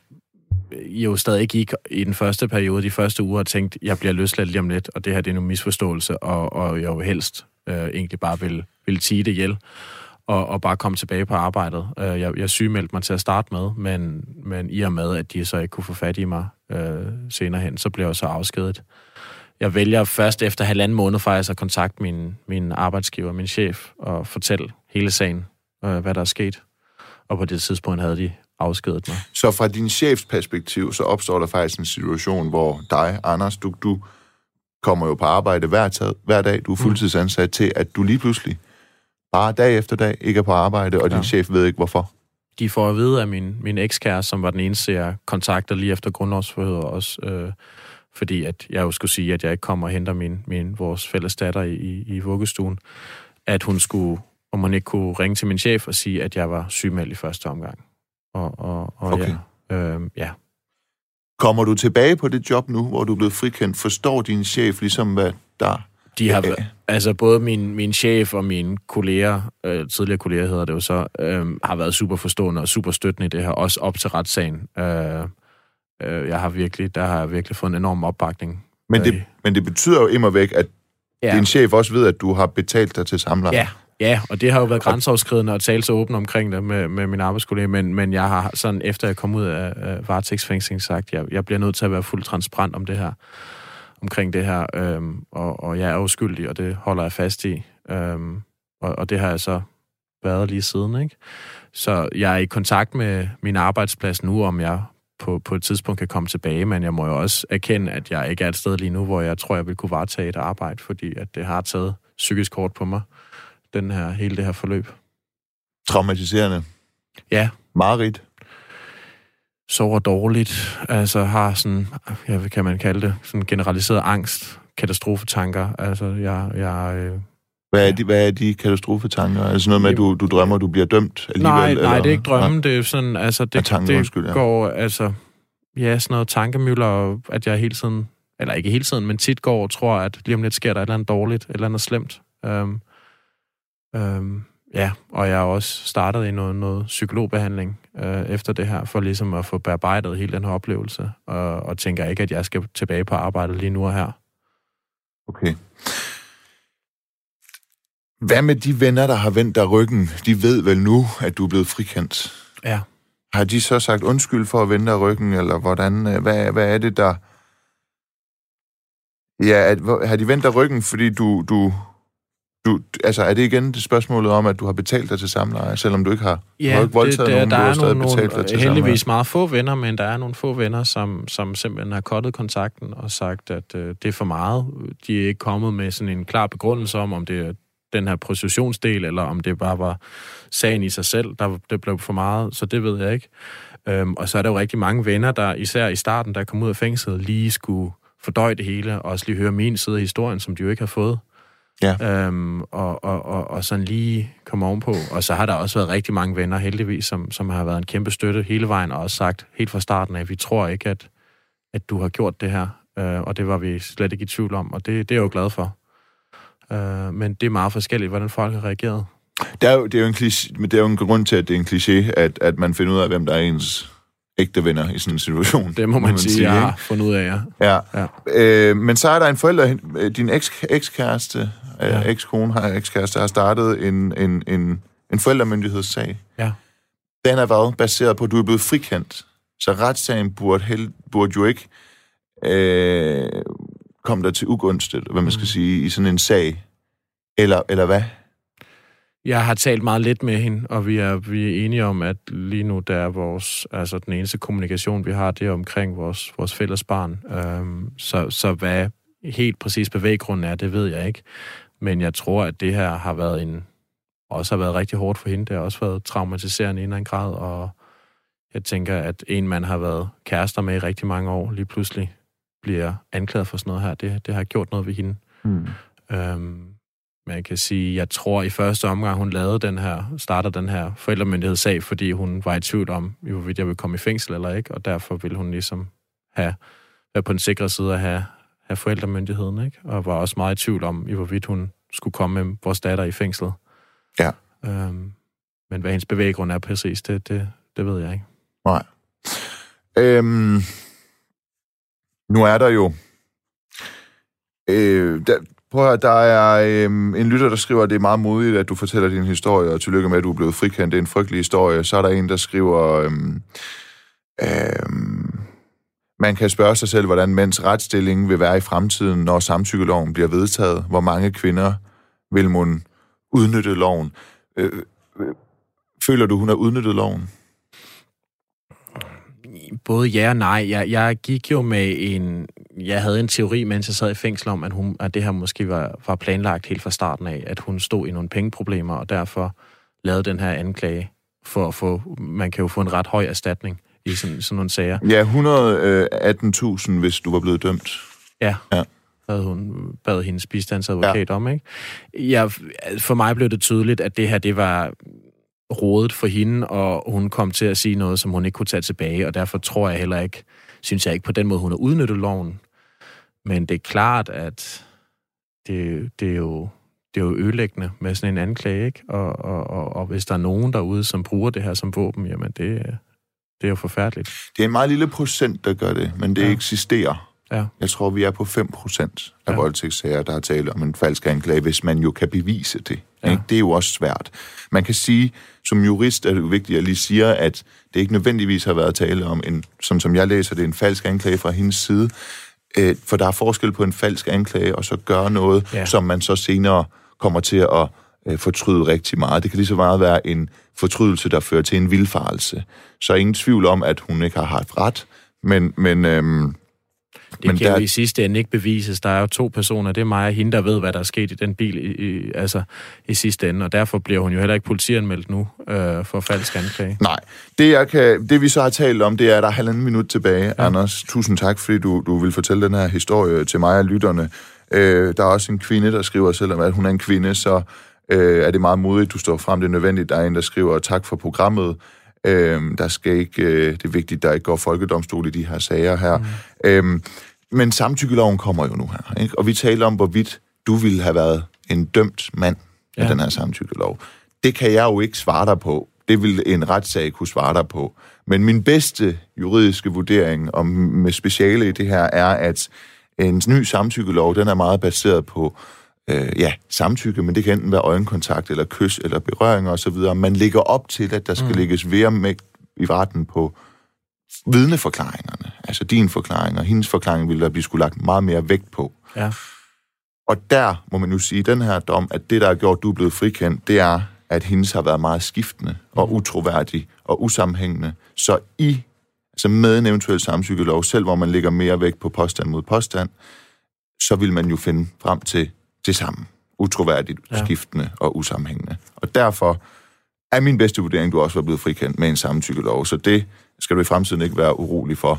jo stadig gik i den første periode, de første uger, og tænkte, jeg bliver løsladt lige om lidt, og det her det er en misforståelse, og jeg jo helst egentlig bare vil tige det ihjel, og bare komme tilbage på arbejdet. Jeg sygemeldte mig til at starte med, men i og med, at de så ikke kunne få fat i mig senere hen, så blev jeg så afskediget. Jeg vælger først efter 1,5 måned faktisk at kontakte min arbejdsgiver, min chef, og fortælle hele sagen, hvad der er sket. Og på det tidspunkt havde de afskediget mig. Så fra din chefs perspektiv, så opstår der faktisk en situation, hvor dig, Anders, du kommer jo på arbejde hver dag, du er fuldtidsansat til, at du lige pludselig bare dag efter dag ikke er på arbejde, og din chef ved ikke hvorfor. De får at vide af min ekskæreste, som var den eneste, jeg kontakter lige efter grundlovsforhøret også, fordi at jeg jo skulle sige, at jeg ikke kommer og henter vores fælles datter i vuggestuen, at hun skulle, om hun ikke kunne ringe til min chef og sige, at jeg var sygemeldt i første omgang. Okay. Ja. Kommer du tilbage på det job nu, hvor du er blevet frikendt? Forstår din chef ligesom, hvad der de har, altså både min chef og mine kolleger, tidligere kolleger hedder det jo så, har været super forstående og super støttende i det her, også op til retssagen. Der har jeg virkelig fået en enorm opbakning. Men det betyder jo immer væk, at din chef også ved, at du har betalt dig til samleje. Ja, og det har jo været grænseoverskridende at tale så åbent omkring det med min arbejdskollega, men jeg har sådan, efter jeg kom ud af varetægtsfængsling, sagt, jeg bliver nødt til at være fuldt transparent omkring det her, og jeg er uskyldig, og det holder jeg fast i. Og det har jeg så været lige siden, ikke? Så jeg er i kontakt med min arbejdsplads nu, om jeg på et tidspunkt kan komme tilbage, men jeg må jo også erkende, at jeg ikke er et sted lige nu, hvor jeg tror, jeg vil kunne varetage et arbejde, fordi at det har taget psykisk hårdt på mig, hele det her forløb. Traumatiserende? Ja. Mareridt? Sover dårligt, altså har sådan, kan man kalde det, sådan generaliseret angst, katastrofetanker, altså Hvad er de katastrofetanker? Altså noget med, at du drømmer, du bliver dømt alligevel? Nej, det er ikke drømmen, det er sådan, altså det går, altså, sådan noget tankemøller, at jeg hele tiden, eller ikke hele tiden, men tit går og tror, at lige om lidt sker der et eller andet dårligt, et eller andet slemt. Og jeg har også startet i noget psykologbehandling efter det her, for ligesom at få bearbejdet hele den her oplevelse, og tænker ikke, at jeg skal tilbage på arbejde lige nu og her. Okay. Hvad med de venner, der har vendt dig ryggen? De ved vel nu, at du er blevet frikendt? Ja. Har de så sagt undskyld for at vende dig ryggen, eller hvordan? Hvad er det, der... Ja, har de vendt dig ryggen, fordi du altså, er det igen det spørgsmålet om, at du har betalt dig til samleje, selvom du ikke har voldtaget nogen, der du har stadig betalt dig til samleje? Heldigvis meget få venner, men der er nogle få venner, som simpelthen har cuttet kontakten og sagt, at det er for meget. De er ikke kommet med sådan en klar begrundelse om det er den her prostitutionsdel, eller om det bare var sagen i sig selv, det blev for meget, så det ved jeg ikke. Og så er der jo rigtig mange venner, der især i starten, der kom ud af fængslet, lige skulle fordøje det hele, og også lige høre min side af historien, som de jo ikke har fået. Ja. Og sådan lige komme ovenpå. Og så har der også været rigtig mange venner, heldigvis, som har været en kæmpe støtte hele vejen, og også sagt helt fra starten af, vi tror ikke, at du har gjort det her. Og det var vi slet ikke i tvivl om, og det er jeg jo glad for. Men det er meget forskelligt, hvordan folk har reageret. Det er jo en grund til, at det er en kliché, at man finder ud af, hvem der er ens ægte venner i sådan en situation. Det må man sige, jeg har fundet ud af, ja. Men så er der en forælder, din ekskæreste, ekskæreste har startet en forældremyndighedssag. Ja. Den har været baseret på, at du er blevet frikendt. Så retssagen burde jo ikke komme der til ugunst, eller hvad man skal sige, i sådan en sag. Eller hvad? Jeg har talt meget lidt med hende, og vi er enige om, at lige nu der er den eneste kommunikation, vi har, det er omkring vores fælles barn. Så hvad helt præcis bevæggrunden er, det ved jeg ikke. Men jeg tror, at det her har været også har været rigtig hårdt for hende. Det har også været traumatiserende i en eller anden grad, og jeg tænker, at en mand har været kærester med i rigtig mange år, lige pludselig bliver anklaget for sådan noget her. Det har gjort noget ved hende. Men jeg kan sige, jeg tror i første omgang, hun startede den her forældremyndighedssag, fordi hun var i tvivl om, hvorvidt jeg ville komme i fængsel eller ikke, og derfor ville hun ligesom være på den sikre side at have forældremyndigheden, ikke? Og var også meget i tvivl om, hvorvidt hun skulle komme med vores datter i fængsel. Ja. Men hvad hendes bevæggrund er præcis, det ved jeg ikke. Nej. Nu er der jo... Der er en lytter, der skriver, at det er meget modigt, at du fortæller din historie, og tillykke med, at du er blevet frikendt. Det er en frygtelig historie. Så er der en, der skriver, man kan spørge sig selv, hvordan mænds retsstilling vil være i fremtiden, når samtykkeloven bliver vedtaget. Hvor mange kvinder vil man udnytte loven? Føler du, hun har udnyttet loven? Både ja og nej. Jeg gik jo med jeg havde en teori, mens jeg sad i fængsel om, at det her måske var planlagt helt fra starten af, at hun stod i nogle pengeproblemer, og derfor lavede den her anklage for at man kan jo få en ret høj erstatning i sådan nogle sager. Ja, 118.000, hvis du var blevet dømt. Ja. Hun bad hendes bistandsadvokat om, ikke? For mig blev det tydeligt, at det her, det var rodet for hende, og hun kom til at sige noget, som hun ikke kunne tage tilbage, og derfor tror jeg heller ikke, synes jeg ikke på den måde, hun har udnyttet loven. Men det er klart, at det er jo ødelæggende med sådan en anklage, ikke? Og hvis der er nogen derude, som bruger det her som våben, jamen det er jo forfærdeligt. Det er en meget lille procent, der gør det, men det eksisterer. Ja. Jeg tror, vi er på 5% af voldtægtssager, der har talt om en falsk anklage, hvis man jo kan bevise det. Ja. Det er jo også svært. Man kan sige, som jurist er det jo vigtigt, at jeg lige siger, at det ikke nødvendigvis har været tale om som jeg læser det, en falsk anklage fra hendes side. For der er forskel på en falsk anklage, og så gøre noget, som man så senere kommer til at fortryde rigtig meget. Det kan lige så meget være en fortrydelse, der fører til en vildfarelse. Så ingen tvivl om, at hun ikke har haft ret, men det kan jo i sidste ende ikke bevises. Der er jo 2 personer, det er mig og hende, der ved, hvad der er sket i den bil i sidste ende, og derfor bliver hun jo heller ikke politianmeldt nu for falsk anklage. Nej, det vi så har talt om, det er, der er 1,5 minut tilbage. Ja. Anders, tusind tak, fordi du vil fortælle den her historie til mig og lytterne. Der er også en kvinde, der skriver, selvom at hun er en kvinde, så er det meget modigt, du står frem, det er nødvendigt. Der er en, der skriver, tak for programmet. Der skal ikke, det er vigtigt, der ikke går folkedomstol i de her sager her. Men samtykkeloven kommer jo nu her, ikke? Og vi taler om, hvorvidt du ville have været en dømt mand med den her samtykkelov. Det kan jeg jo ikke svare dig på. Det vil en retssag kunne svare dig på. Men min bedste juridiske vurdering om med speciale i det her er, at en ny samtykkelov, den er meget baseret på samtykke, men det kan enten være øjenkontakt, eller kys, eller berøring og så videre. Man lægger op til, at der skal lægges mere i retten på vidneforklaringerne. Altså din forklaring og hendes forklaring ville der blive skulle lagt meget mere vægt på. Ja. Og der må man nu sige, den her dom, at det, der har gjort, du er blevet frikendt, det er, at hendes har været meget skiftende og utroværdig og usammenhængende. Så med en eventuel samtykkelov, selv hvor man lægger mere vægt på påstand mod påstand, så vil man jo finde frem til det samme. utroværdigt, skiftende og usammenhængende. Og derfor er min bedste vurdering, du også var blevet frikendt med en samtykkelov, så det skal du i fremtiden ikke være urolig for.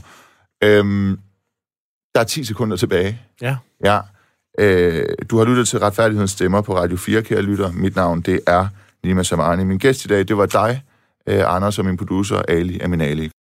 Der er 10 sekunder tilbage. Ja. Ja. Du har lyttet til Retfærdighedens Stemmer på Radio 4, kære lytter. Mit navn, det er Nima Samani. Min gæst i dag, det var dig, Anders, og min producer, Ali Aminali.